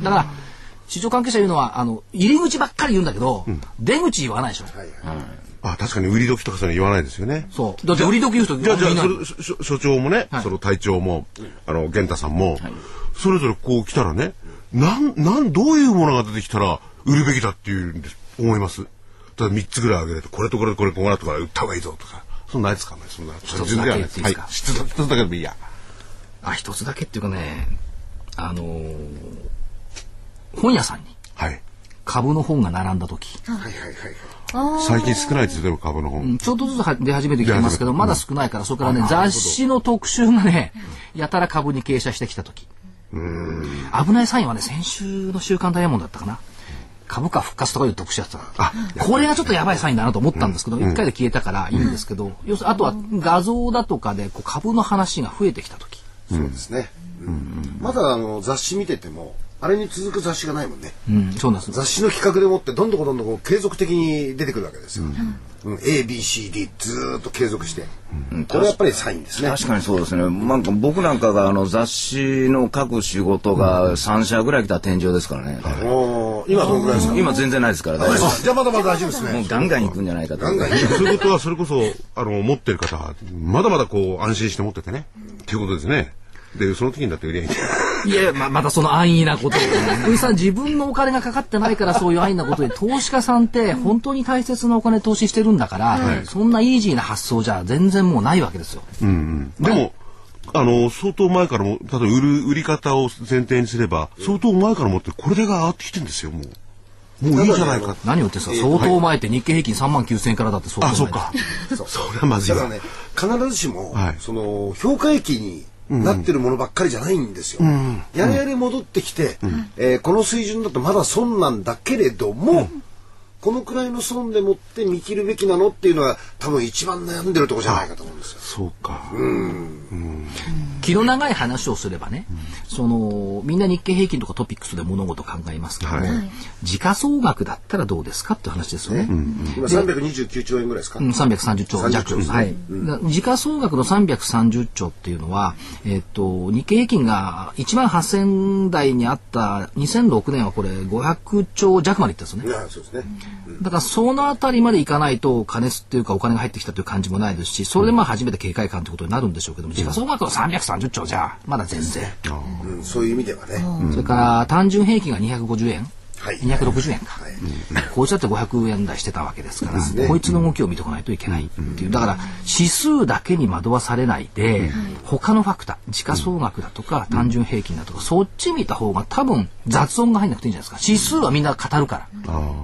だから市場関係者言うのはあの入り口ばっかり言うんだけど、うん、出口言わないでしょ。はいはい、 あ確かに売り時とかそういうの言わないですよね。 そうだって売り時言う人じゃあじゃあそ所長もね、はい、その隊長もあの源太さんも、はい、それぞれこう来たらねなんなんどういうものが出てきたら売るべきだっていうんです思います。ただみっつぐらいあげるとこれとこれとこれこうなとか売った方がいいぞとかそんなないですかね。そんな一つだけ言っていいですか。 はい、一つだけでもいいや。 あ一つだけっていうかねあのー、本屋さんに株の本が並んだ時、はいはいはい最近少ないですよでも株の本、うん、 ちょっとずつ出始めてきてますけどまだ少ないから、うん、それからね雑誌の特集がねやたら株に傾斜してきた時うん危ないサインはね先週の週刊ダイヤモンドだったかな株価復活とかいう特集やってたこれがちょっとやばいサインだなと思ったんですけど、うん、いっかいで消えたからいいんですけど、うん、要するにあとは画像だとかでこう株の話が増えてきた時、 うん、そうですね、うんうん、まだあの雑誌見ててもあれに続く雑誌がないもんね。 うん、そうなんです。 雑誌の企画でもってどんどんどんどんこう継続的に出てくるわけですよ。うんうん、A、B、C、D ずーっと継続して、うん、これはやっぱりサインですね。 確かにそうですね。なんか僕なんかがあの雑誌の書く仕事がさん社ぐらい来た天井ですからね。 お今どのぐらいですか。 今全然ないですから。 大丈夫。じゃあまだまだ大丈夫ですね。 もうガンガン行くんじゃないかと。ガンガンそういうことはそれこそあの持ってる方まだまだこう安心して持っててね、うん、っていうことですね。でその時にだって売り上げいやままたその安易なことを福井さん自分のお金がかかってないからそういう安易なことで投資家さんって本当に大切なお金投資してるんだから、はい、そんなイージーな発想じゃ全然もうないわけですよ。 うんうん、でもあの相当前からも例えば売る売り方を前提にすれば相当前から持ってこれでが上がってきてるんですよもう。もういいじゃないか。 何を言ってんですか。相当前って日経平均さんまんきゅうせんえんからだって相当前。 あそうか。そそれはまずいわ。 だからね必ずしも、はい、その評価益になってるものばっかりじゃないんですよ。うん、やれやれ戻ってきて、うんえー、この水準だとまだ損なんだけれども、うん、このくらいの損でもって見切るべきなのっていうのは多分一番悩んでるところじゃないかと思うんですよ。 そうか。うんうん気の長い話をすればね、うん、そのみんな日経平均とかトピックスで物事を考えますけども、はい、時価総額だったらどうですかって話ですよね。うん、 今さんびゃくにじゅうきゅうちょうえんぐらいですか。 うん、さんびゃくさんじゅっちょう弱です。はい。うん、時価総額のさんびゃくさんじゅっちょうっていうのは、えっと日経平均がいちまんはっせんだいにあったにせんろくねんはこれごひゃくちょう弱までいったんですよね。 いやそうですね。 うん、だからそのあたりまでいかないと加熱っていうかお金が入ってきたという感じもないですし、それでまあ初めて警戒感ということになるんでしょうけども、時価総額のさんびゃくさんじゅっちょうじゃまだ全然、 うん、そういう意味ではね、 うん、それから単純平均がにひゃくごじゅうえん、はい、にひゃくろくじゅうえんか、はい、こいつだってごひゃくえん台してたわけですから、ね、こいつの動きを見ておかないといけないっていう、だから指数だけに惑わされないで、うん、他のファクター時価総額だとか単純平均だとか、そっち見た方が多分雑音が入んなくていいんじゃないですか。指数はみんな語るから、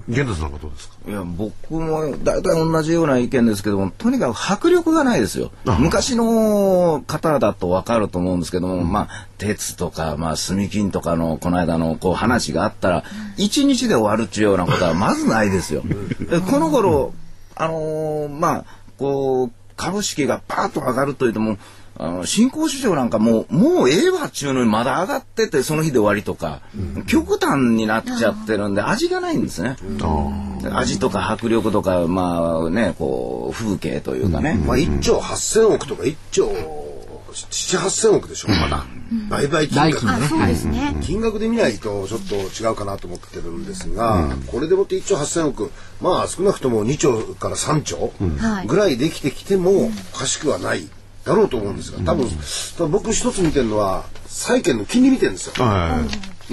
源太さんはどうですか？ いや僕も大体同じような意見ですけども、とにかく迫力がないですよ。昔の方だと分かると思うんですけども、うん、まあ鉄とか、まあ、炭金とかのこの間のこう話があったら一日で終わるっていうようなことはまずないですよ。この頃あのー、まあこう株式がパーッと上がるというともあの新興市場なんかもうもうええわっちゅうのにまだ上がっててその日で終わりとか、うん、極端になっちゃってるんで味がないんですね。うん、味とか迫力とかまあねこう風景というかね。 うん、まあいっちょうはっせんおくとかいっちょうなな、はっせんおくでしょまだ。売買金額、 ね、そうですね。 金額で見ないとちょっと違うかなと思ってるんですが、うん、これでもっていっちょうはっせんおく、まあ少なくともにちょうからさんちょうぐらいできてきてもおかしくはないだろうと思うんですが、多分、うん、多分僕一つ見てるのは債券の金利見てるんですよ。はい、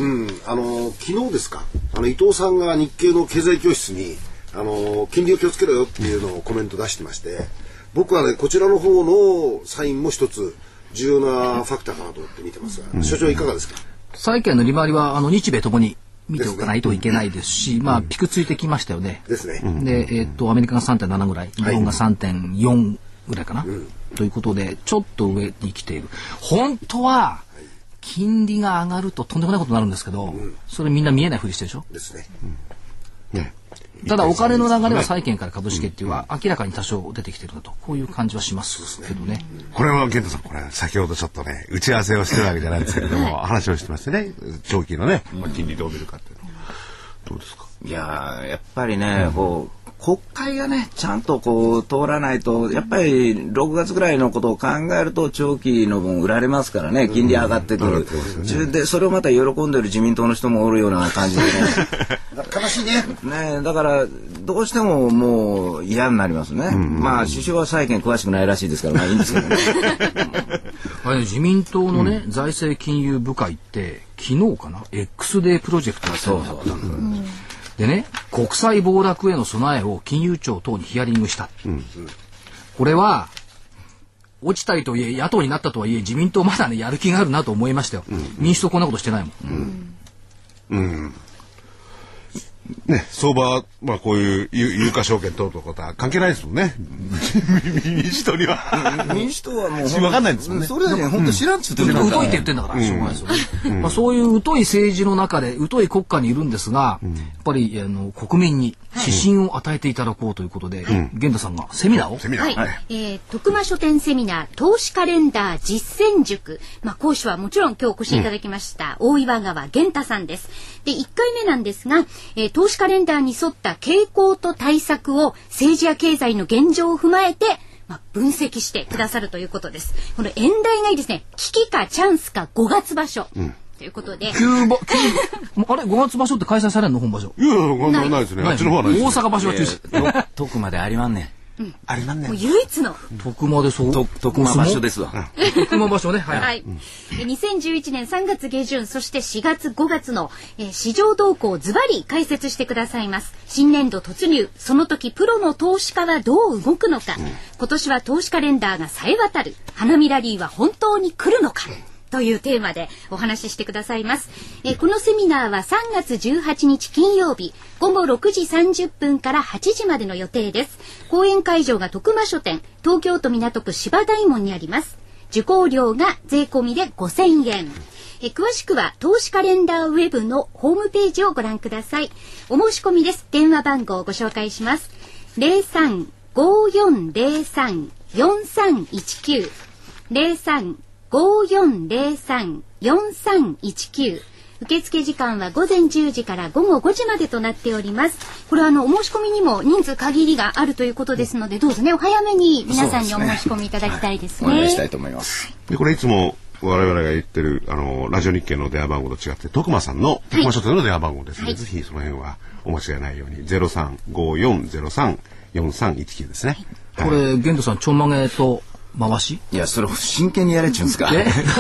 うん、あの昨日ですか、あの伊藤さんが日経の経済教室にあの金利を気をつけろよっていうのをコメント出してまして、僕はねこちらの方のサインも一つ重要なファクターかなと思って見てますが、うん、所長いかがですか？ 債券の利回りはあの日米ともに見ておかないといけないですし、ですね、まあピクついてきましたよね。 ですね。 で、えー、っとアメリカが さんてんなな ぐらい、日本が さんてんよん ぐらいかな、うん、ということでちょっと上に来ている。本当は金利が上がるととんでもないことになるんですけど、うん、それみんな見えないふりしてるでしょ。 ですね。 うんね、ただお金の流れは債券から株式っていうのは明らかに多少出てきてるなとこういう感じはしますけどね。 これは源太さんこれ先ほどちょっとね打ち合わせをしてるわけじゃないんですけれども話をしてましてね、長期のね、まあ、金利どう見るかっていうのどうですか？ いややっぱりね、うん、こう国会がねちゃんとこう通らないとやっぱりろくがつぐらいのことを考えると長期の分売られますからね、金利上がってくる、うんね、でそれをまた喜んでる自民党の人もおるような感じでね悲しいね。 ねだからどうしてももう嫌になりますね。うん、まあ首相は債券詳しくないらしいですからまあいいんですけどねあれ自民党のね、うん、財政金融部会って昨日かな X デープロジェクトがそうそうそう、うんでね、国際暴落への備えを金融庁等にヒアリングした、うん、これは落ちたりといえ野党になったとはいえ自民党まだねやる気があるなと思いましたよ。うん、民主党こんなことしてないもん。うんうんうんね、相場、まあこういう有価証券等々ことは関係ないですもんね。民主党には。 民主党はもう分かんないんですもんね。 それだけ本当知らんっつってるから。 疎いって言ってんだからしょうがないですよね。うんまあ、そういう疎い政治の中で疎い国家にいるんですが、うん、やっぱりあの国民に指針を与えていただこうということで、うん、源太さんがセミナーを。 セミナー。はい。えー、徳間書店セミナー投資カレンダー実践塾。まあ講師はもちろん今日お越しいただきました、うん、大岩川源太さんです。でいっかいめなんですが、えー、投資カレンダーに沿った傾向と対策を政治や経済の現状を踏まえて、まあ、分析してくださるということです。この演題がいいですね。危機かチャンスかごがつ場所、うん、ということで。 急場あれごがつ場所って開催されるの本場所？ いやいやないですね。あっちの方はないです、ね。 大阪場所は中止。 徳間でありまんねん。 うん、 あれなんねもう唯一の徳間でそう徳間場所ですわ。 徳間場所ね。はい。 はい。うん、にせんじゅういちねんさんがつげじゅんそしてしがつごがつの、えー、市場動向をズバリ解説してくださいます。新年度突入、その時プロの投資家はどう動くのか。うん、今年は投資カレンダーが冴え渡る。花見ラリーは本当に来るのか。というテーマでお話ししてくださいます。えー、このセミナーはさんがつじゅうはちにち金曜日ごごろくじさんじゅっぷんからはちじまでの予定です。講演会場が徳間書店、東京都港区芝大門にあります。受講料が税込みでごせんえん。えー、詳しくは投資カレンダーウェブのホームページをご覧ください。お申し込みです。電話番号をご紹介します。ゼロさん ごーよんゼロさん よんさんいちきゅう ゼロさん ごーよんゼロさん よんさんいちきゅう。受付時間はごぜんじゅうじからごごごじまでとなっております。これはあのお申し込みにも人数限りがあるということですので、どうぞねお早めに皆さんにお申し込みいただきたいですね。 お願いしたいと思います。 でこれいつも我々が言ってるあのラジオ日経の電話番号と違って徳間さんの徳間書店の電話番号ですので、はい、ぜひその辺はお間違いないようにゼロさん ごーよんゼロさん よんさんいちきゅうですね。 はい、これ源太さんちょんまげと回し？ いやそれを真剣にやれっちゅうんですか。 えだって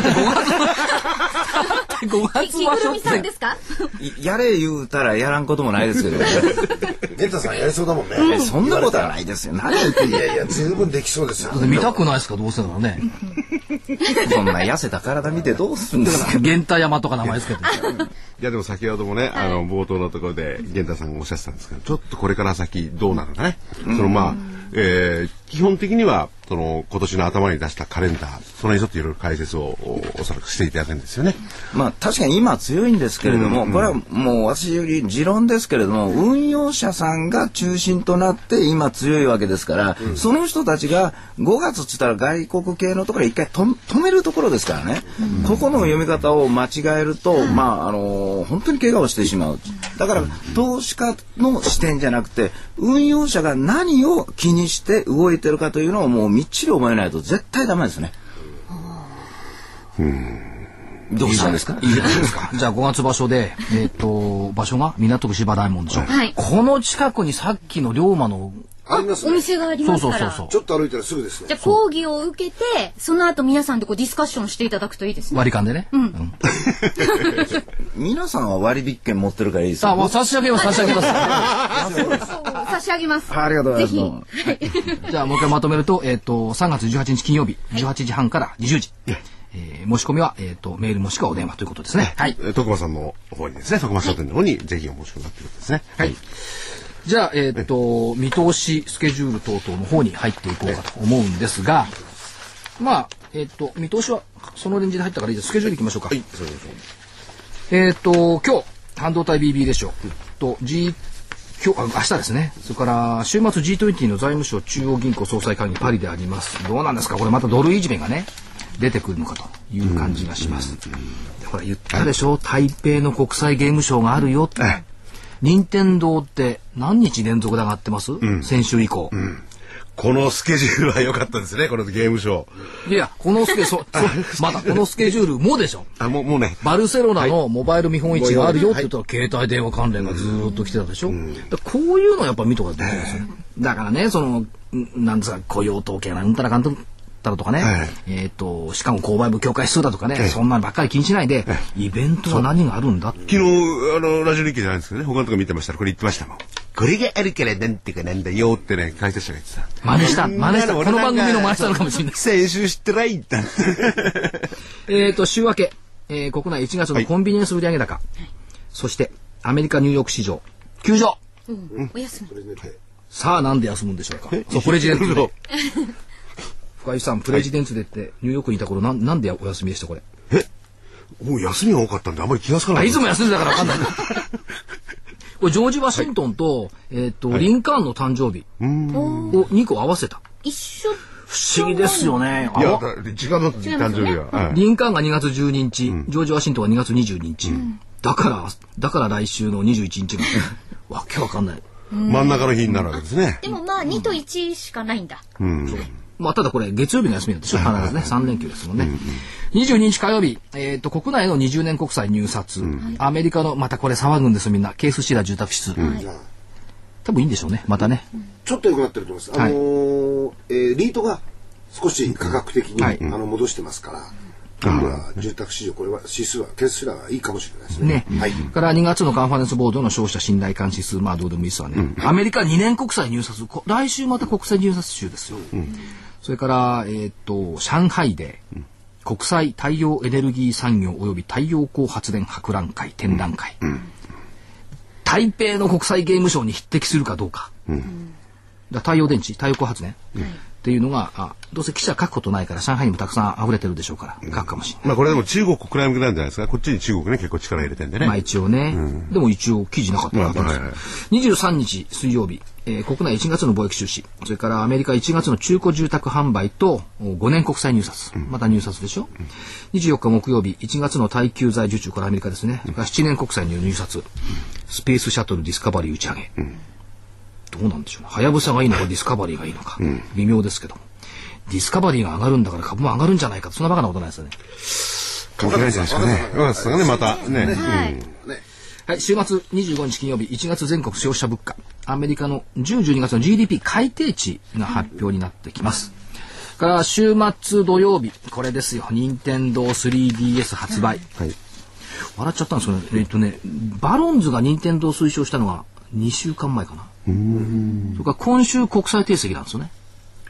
ごがつごがつ場所ってさんですか？ やれ言うたらやらんこともないですけどゲンタさんやりそうだもんね。 うん、そんなことはないですよ。何言ってんいやいや、十分できそうですよ。 見たくないですか、どうせならね。 そんな痩せた体見てどうするんですか。 源太山とか名前ですけど。 いやでも先ほどもね、あの冒頭のところで源太さんがおっしゃってたんですけど、ちょっとこれから先どうなるかね。そのまあ、えー、基本的にはその今年の頭に出したカレンダー、そのにちょっといろいろ解説を お, おそらくしていただくんですよね。 まあ確かに今強いんですけれども、うんうん、これはもう私より持論ですけれども、運用者さんが中心となって今強いわけですから、うん、その人たちがごがつっつったら外国系のところで一回と止めるところですからね、うん、ここの読み方を間違えると、うん、まああの本当に怪我をしてしまう。だから投資家の視点じゃなくて、運用者が何を気にして動いてるかというのをもうみっちり覚えないと絶対ダメですね。 うん。 どうしたんですか。 いいじゃないですか。じゃあごがつ場所で、えっと場所が港区芝大門でしょ。はい。この近くにさっきの龍馬のありますね。お店がありますから。そうそうそうそう。 ちょっと歩いたらすぐですね。 じゃあ講義を受けて、その後皆さんでこうディスカッションしていただくといいですね。 割り勘でね。うん。うん、 皆さんは割引券持ってるからいいですか。 あ、もう差し上げます差し上げます。 差し上げます。 ありがとうございます。 ぜひ。じゃあもう一回まとめると、えっとさんがつじゅうはちにち金曜日じゅうはちじはんからにじゅうじ。えー、申し込みは、えー、とメールもしくはお電話ということですね。 はい。徳間さんの方にですね、徳間商店の方にぜひお申し込みなっていることですね。 はい。じゃあ、えー、っと見通しスケジュール等々の方に入っていこうかと思うんですが、まあえー、っと見通しはそのレンジで入ったからいいです。スケジュールいきましょうか。はい。そうそうそう。えー、っと今日半導体 ビービー レシオと G 今日、明日ですね。それから週末 ジートゥエンティー の財務省中央銀行総裁会議パリであります。どうなんですか、これまたドルいじめがね出てくるのかという感じがします。ほら言ったでしょ、台北の国際ゲームショウがあるよって。任天堂って何日連続で上がってます、うん、先週以降、うん、 このスケジュールは良かったですね、このゲームショー。いや、このスケそそまだこのスケジュールもでしょ。 あ、もう、もうね。 バルセロナのモバイル見本市があるよって言ったら、携帯電話関連がずーっと来てたでしょ。うん、だこういうのやっぱ見とかってですよ。だからね、その、なんですか、雇用統計なんたらかんたらとかね、はい、えっと、しかも購買部境界指数だとかね、はい、そんなのばっかり気にしないで、はい、イベントは何があるんだって。 昨日、あの、ラジオ日記じゃないんですけどね、他のとこ見てましたら、これ言ってましたもん。これがあるからなんていうかなんだよってね、解説者が言ってた。 真似した、真似した、この番組の真似したのかもしれない。 先週知ってないんだ。 えっと、週明け、えー、国内いちがつのコンビニエンス売上高、はい、そして、アメリカニューヨーク市場、休場。 うん、お休み。 さあ、なんで休むんでしょうか。そう、プレジデンツで。深井さん、プレジデンツでってニューヨークにいた頃、な、なんでお休みでしたこれ。 え、もう休みが多かったんであんまり気がつかない。 いつも休んでたから分かんない。これジョージ・ワシントンと、はい、えっと、はい、リンカーンの誕生日をにこ合わせた。 一緒。 不思議ですよね。 いや、時間の誕生日が、 はい。リンカーンがにがつじゅうににち、うん、ジョージ・ワシントンがにがつにじゅうににち。うん、だから、だから来週のにじゅういちにちが、わけわかんない。 真ん中の日になるわけですね。 でもまあにといちしかないんだ。 うん。そうまあ、ただこれ月曜日の休みなんでしょ、必ずね。さんれんきゅうですもんね。うんうん、にじゅうににち火曜日、えっと、国内のにじゅうねん国債入札、うん、アメリカの、またこれ騒ぐんですみんな、ケースシーラー住宅指数。うん、多分いいんでしょうね、またね。 ちょっと良くなってると思います。あのーはいえー、リートが少し価格的に、はい、あの戻してますから、今度は住宅市場、これは指数は、ケースシーラーはいいかもしれないですね。 ね。はい。からにがつのカンファレンスボードの消費者信頼感指数、まあどうでもいいですわね。うん、アメリカにねん国債入札、来週また国債入札週ですよ。うんそれから、えー、っと上海で国際太陽エネルギー産業および太陽光発電博覧会展覧会、うん、台北の国際ゲームショウに匹敵するかどうか、うん、だ太陽電池太陽光発電、うん、っていうのがあどうせ記者書くことないから上海にもたくさん溢れてるでしょうから書くかもしれない、 まあこれでも中国国内向けなんじゃないですか。こっちに中国ね結構力入れてんでね。 まあ一応ね、うん、でも一応記事なかったわけです、まあはいはい、にじゅうさんにち水曜日、えー、国内いちがつの貿易収支、それからアメリカいちがつの中古住宅販売とごねん国債入札、うん、また入札でしょ、うん、にじゅうよっか木曜日いちがつの耐久財受注、これアメリカですね、うん、しちねん国債による入札、うん、スペースシャトルディスカバリー打ち上げ、うん、どうなんでしょうね。はやぶさがいいのかディスカバリーがいいのか、うん、微妙ですけども、ディスカバリーが上がるんだから株も上がるんじゃないか、そんなバカなことないですよね。 関係ないじゃないですかね。そうですね、またね。ねはいうんはい、週末にじゅうごにち金曜日、いちがつ全国消費者物価、アメリカのじゅう、じゅうにがつの ジーディーピー 改定値が発表になってきます。から週末土曜日、これですよ、任天堂 スリーディーエス 発売。はい、笑っちゃったんですよね。えっとね、バロンズが任天堂推奨したのがにしゅうかんまえかな。それから今週国際定石なんですよね。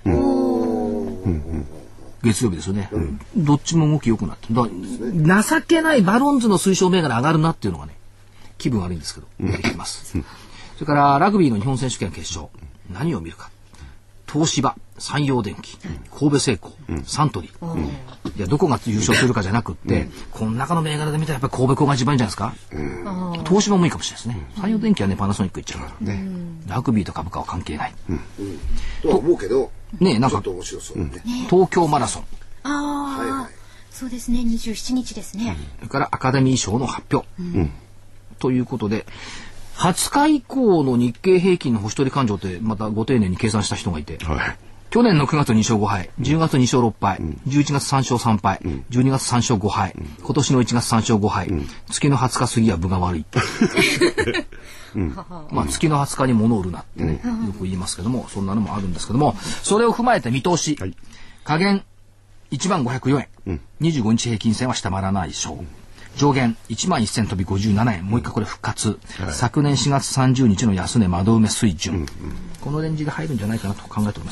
月曜日ですよね、うん、どっちも動き良くなってだ情けないバロンズの推奨銘柄上がるなっていうのがね気分悪いんですけど出てきます、うん、それからラグビーの日本選手権決勝、うん、何を見るか東芝、山陽電機、神戸製鋼、うん、サントリー、うん、いやどこが優勝するかじゃなくって、うん、この中の銘柄で見たらやっぱり神戸鋼が一番いいんじゃないですか、うん、東芝もいいかもしれないですね、うん、山陽電機はねパナソニックいっちゃうから、うん、ラグビーと株価は関係ない、うんうん、とは思うけどねなんかちょっと面白そう、ね、 東京マラソンああ、はいはい、そうですねにじゅうしちにちですね、 それからアカデミー賞の発表、うん、ということではつか以降の日経平均の星取り勘定ってまたご丁寧に計算した人がいて、はい、去年のくがつにしょうごはいじゅうがつにしょうろっぱい、うん、じゅういちがつさんしょうさんぱい、うん、じゅうにがつさんしょうごはい、うん、今年のいちがつさんしょうごはい、うん、月のはつか過ぎは分が悪いうん、まあ月のはつかに物を売るなってね、うん、よく言いますけどもそんなのもあるんですけどもそれを踏まえて見通し、はい、下限いちまんごひゃくよえん、うん、にじゅうごにち平均線は下回らないでしょう、うん、上限いちまんせん飛びごじゅうななえんもう一回これ復活、はい、昨年しがつさんじゅうにちの安値窓埋め水準、うんうん、このレンジで入るんじゃないかなと考えております、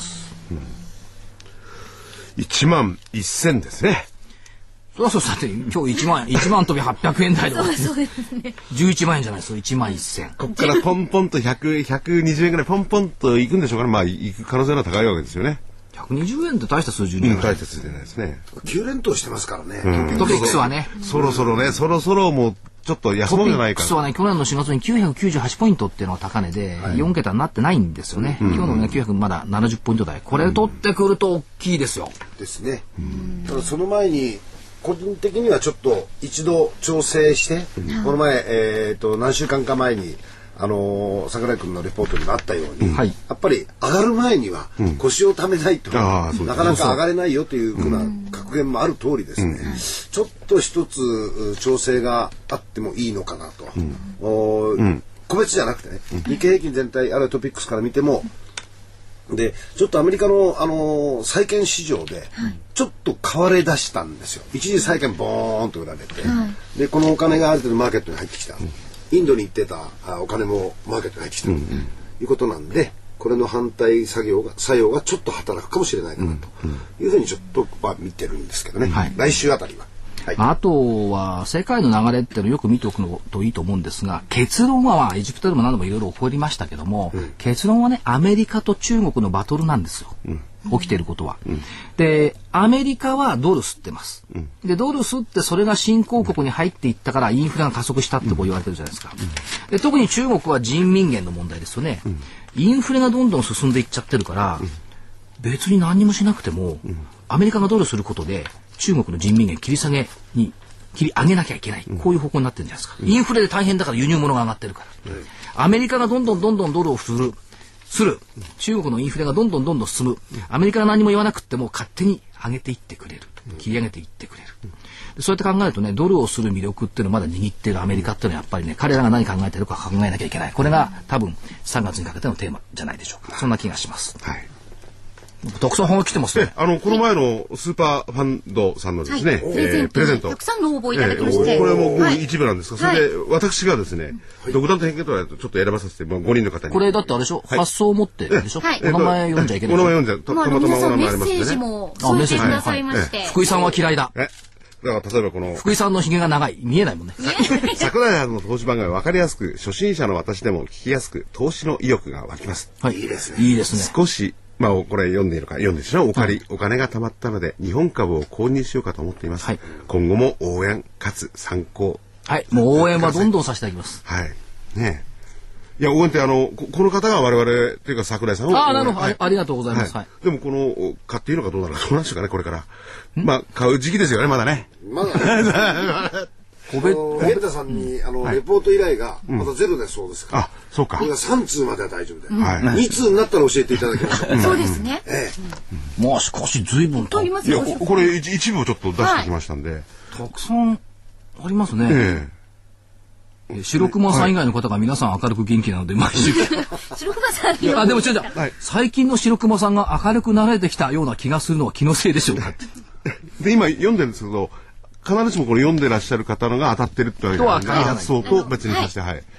うん、いちまんせんですねそうそうだって今日いちまんいちまん飛びはっぴゃくえん台とかそうですねじゅういちまんえんじゃないですかいちまんせんここからポンポンとひゃく、ひゃくにじゅうえんぐらいポンポンといくんでしょうからまあいく可能性が高いわけですよねひゃくにじゅうえんって大した数字じゃない、 うん、大した数字じゃないですねきゅう連投してますからね、 うん、トピックスはねそろそろねそろそろもうちょっと休もうじゃないかトピックスはね去年のしがつにきゅうひゃくきゅうじゅうはちポイントっていうのが高値で、はい、よんけたになってないんですよね、うん、今日のねきゅうひゃくまだななじゅうポイント台これ取ってくると大きいですよ、 うん、ですね、うん、ただその前に個人的にはちょっと一度調整して、うん、この前、えー、と何週間か前にあのー、櫻井君のレポートにもあったように、うん、やっぱり上がる前には腰をためないと、うん、なかなか上がれないよというふうな格言もある通りですね、うん、ちょっと一つ調整があってもいいのかなと、うん、個別じゃなくてね、うん、日経平均全体あるいはトピックスから見てもでちょっとアメリカの、あのー、債券市場でちょっと買われ出したんですよ一時債券ボーンと売られて、はい、でこのお金がある程度マーケットに入ってきた、うん、インドに行ってたお金もマーケットに入ってきたと、うんうん、いうことなんでこれの反対作業が作用がちょっと働くかもしれないかなというふうにちょっとは見てるんですけどね、はい、来週あたりは。はい、 あとは世界の流れっていうのをよく見ておくのといいと思うんですが結論は、まあ、エジプトでも何でもいろいろ起こりましたけども、うん、結論はねアメリカと中国のバトルなんですよ、うん、起きていることは、うん、でアメリカはドル吸ってます、うん、でドル吸ってそれが新興国に入っていったからインフレが加速したってこう言われてるじゃないですか、うん、で特に中国は人民元の問題ですよね、うん、インフレがどんどん進んでいっちゃってるから、うん、別に何にもしなくても、うん、アメリカがドルすることで中国の人民元切り下げに切り上げなきゃいけない、うん、こういう方向になってるんじゃないですか、うん、インフレで大変だから輸入物が上がってるから、うん、アメリカがどんどんどんどんドルをするする中国のインフレがどんどんどんどん進むアメリカが何も言わなくても勝手に上げていってくれる切り上げていってくれる、うん、そうやって考えるとねドルをする魅力っていうのをまだ握っているアメリカっていうのはやっぱりね彼らが何考えてるか考えなきゃいけないこれが多分さんがつにかけてのテーマじゃないでしょうかそんな気がします、はいたくさん本が来てますね。 あのこの前のスーパーファンドさんのですね、はいえー、プレゼントたくさんの応募いただきまして、 えー、これもごく一部なんですが、はい、それで私がですね、はい、独断と偏見とはちょっと選ばさせてごにんの方にこれだってあれでしょ、はい、発送を持ってでしょ、はい、お名前読んじゃいけないお名前読んじゃうたまたまお名前ありますねメッセージも添えてくださいまして、はいはい、 福井さんは嫌いだえだから例えばこの福井さんのひげが長い見えないもんね桜井さんの投資番組は分かりやすく初心者の私でも聞きやすく投資の意欲が湧きます、 はい、いいですねいいですね少しまあこれ読んでいるか読んでるでしょお借り、はい、お金が貯まったので日本株を購入しようかと思っています、はい、今後も応援かつ参考はいもう応援はどんどんさせていただきますはいねいや応援ってあの こ, この方が我々というか桜井さんをああなるほど、はい、ありがとうございます、はいはい、でもこの買っていいのかどうなのかどうなんでしょうかねこれからまあ買う時期ですよねまだねまだね個別源田さんにあの、はい、レポート依頼がまだゼロでそうですから、うん、 あそうかこれがさん通までは大丈夫で、うん、に通になったら教えていただけますか、 うん、そうですね、ええ、まあしかし随分といやこれ一部をちょっと出してきましたんで、はい、 たくさんありますね、ええ、白熊さん以外の方が皆さん明るく元気なので毎週白熊さんあでも違う違う、はい、最近の白熊さんが明るくなれてきたような気がするのは気のせいでしょうかってで今読んでるんですけど必ずしもこれ読んでらっしゃる方のが当たってるってわけではない発想と別にさせて、はいはい、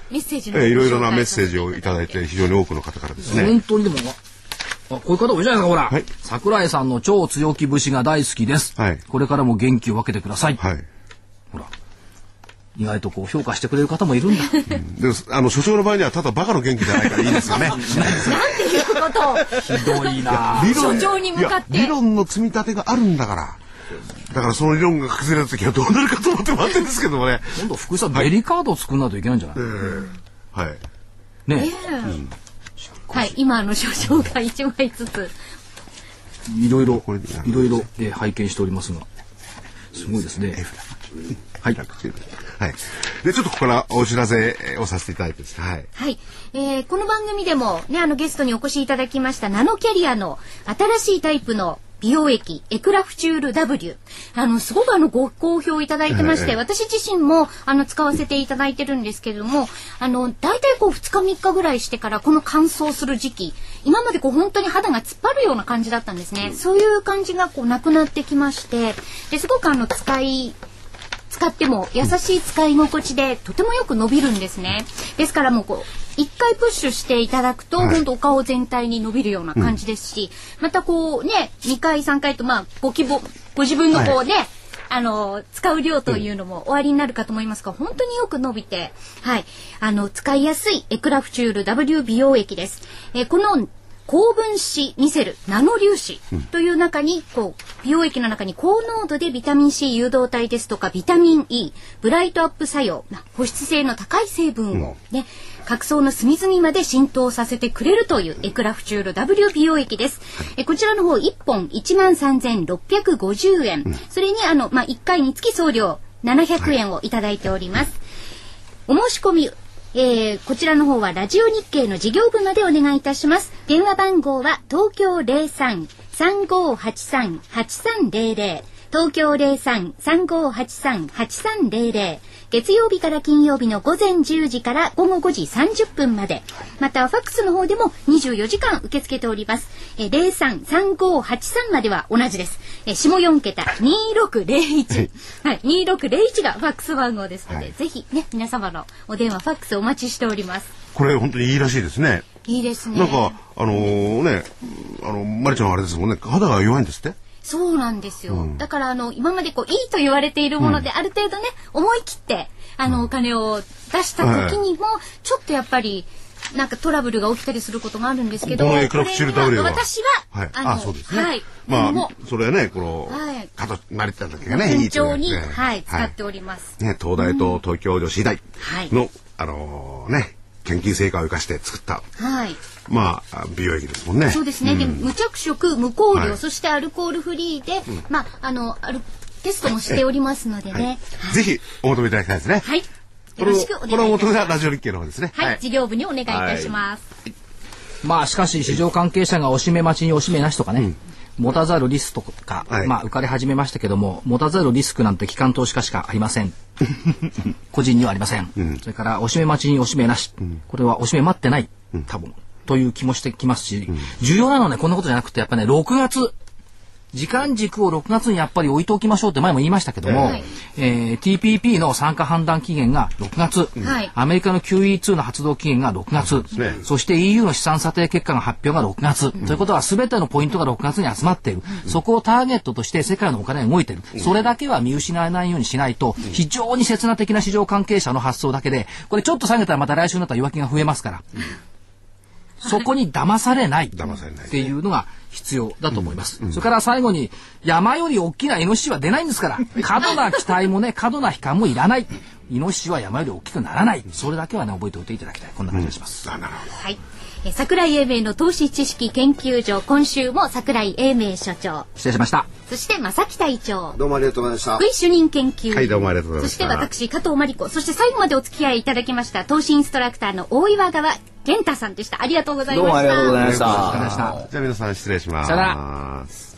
メッセージのいろいろなメッセージをいただいて非常に多くの方からですね。 本当にでもあこういう方多いじゃないですかほら、はい、桜井さんの超強気節が大好きです、はい、これからも元気を分けてください、はい、ほら意外とこう評価してくれる方もいるんだ、うん、 でもあの所長の場合にはただバカの元気じゃないからいいですよねなんていうことひどいな所長に向かって理論の積み立てがあるんだからだからその理論が崩れた時はどうなるかと思って待ってるんですけどもね今度福井さん、はい、ベリーカードを作らないといけないんじゃない、えー、はいねえーうんはい、今の所長が一枚ずついろいろいろいろ、えー、拝見しておりますがすごいですね。はい、はい、 でちょっとここからお知らせをさせていただいてですね、はい、 はい、えー、この番組でもねあのゲストにお越しいただきましたナノキャリアの新しいタイプの美容液エクラフチュール W あのすごくあのご好評いただいてまして、えー、私自身もあの使わせていただいてるんですけれどもあのだいたいこうふつかみっかぐらいしてからこの乾燥する時期今までこう本当に肌が突っ張るような感じだったんですね、うん、そういう感じがこうなくなってきましてですごくあの使い使っても優しい使い心地でとてもよく伸びるんですね。ですからもうこういっかいプッシュしていただくと、はい、本当お顔全体に伸びるような感じですし、うん、またこうねにかいさんかいとまあご希望ご自分のこうね、はい、あの使う量というのも終わりになるかと思いますが、うん、本当によく伸びて、はい、あの使いやすいエクラフチュール W 美容液です。えー、この高分子ミセルナノ粒子という中にこう美容液の中に高濃度でビタミン C 誘導体ですとかビタミン E ブライトアップ作用保湿性の高い成分をね、うん、角層の隅々まで浸透させてくれるというエクラフチュール W 美容液です。えこちらの方いっぽん いちまんさんぜんろっぴゃくごじゅうえん、うん、それにあの、まあ、いっかいにつき送料ななひゃくえんをいただいております。はい、お申し込みえー、こちらの方はラジオ日経の事業部までお願いいたします。電話番号は東京 ゼロさん さんごはちさん はちさんゼロゼロ 東京 ゼロさん さんごはちさん はちさんゼロゼロ月曜日から金曜日の午前じゅうじから午後ごじさんじゅっぷんまでまたファックスの方でもにじゅうよじかん受け付けております。えー、ゼロさん さんごはちさんまでは同じです。えー、下よんけたにろくゼロいち、はい、にろくゼロいちがファックス番号ですので、はい、ぜひね皆様のお電話ファックスお待ちしております。 これ本当にいいらしいですね。 いいですね。 なんかあのー、ねあのマリちゃんはあれですもんね肌が弱いんですって。 そうなんですよ。うん、だからあの今までこういいと言われているもので、うん、ある程度ね思い切ってあの、うん、お金を出した時にもちょっとやっぱりなんかトラブルが起きたりすることがあるんですけど、 このエクラフチュール W は私は、はい、 あのあそうですね。はい、まあそれはねこの、はい、形成り立った時がね順調に、ね、はい使っております。 ね東大と東京女子医大の、うん、あのー、ね研究成果を生かして作った。はい。まあ美容液ですもんね。 そうですね。うん、で無着色無香料、はい、そしてアルコールフリーで、うん、まああのあるテストもしておりますのでね。はいはい、ぜひお求めいただきたいですね。 はい。よろしくお願いします。 このお求めはラジオ日経の方ですね。 はい。はい、事業部にお願いいたします。はい、 まあしかし市場関係者がおしめ待ちにおしめなしとかね。うん持たざるリスクとか、はい、まあ浮かれ始めましたけども持たざるリスクなんて機関投資家しかありません個人にはありません、うん、それからおしめ待ちにおしめなし、うん、これはおしめ待ってない多分、うん、という気もしてきますし、うん、重要なのはねこんなことじゃなくてやっぱねろくがつ時間軸をろくがつにやっぱり置いておきましょうって前も言いましたけども、はいえー、ティーピーピー の参加判断期限がろくがつ、はい、アメリカの キューイーツー の発動期限がろくがつ、ね、そして イーユー の資産査定結果の発表がろくがつ、うん、ということは全てのポイントがろくがつに集まっている、うん、そこをターゲットとして世界のお金が動いている、うん、それだけは見失わないようにしないと、うん、非常に刹那的な市場関係者の発想だけでこれちょっと下げたらまた来週になったら弱気が増えますから、うんそこに騙されないっていうのが必要だと思います。うんうん、それから最後に山より大きなイノシシは出ないんですから過度な期待もね過度な悲観もいらない。イノシシは山より大きくならない。それだけはね覚えておいていただきたい。こんな感じがします。うん、なるほど。 はい。え桜井英明の投資知識研究所今週も桜井英明所長失礼しました。 そして正木隊長どうもありがとうございました。 福井主任研究員はいどうもありがとうございました。そして私加藤真理子そして最後までお付き合いいただきました投資インストラクターの大岩川源太さんでした。ありがとうございました。 どうもありがとうございました。 じゃあ皆さん失礼します。 さよなら。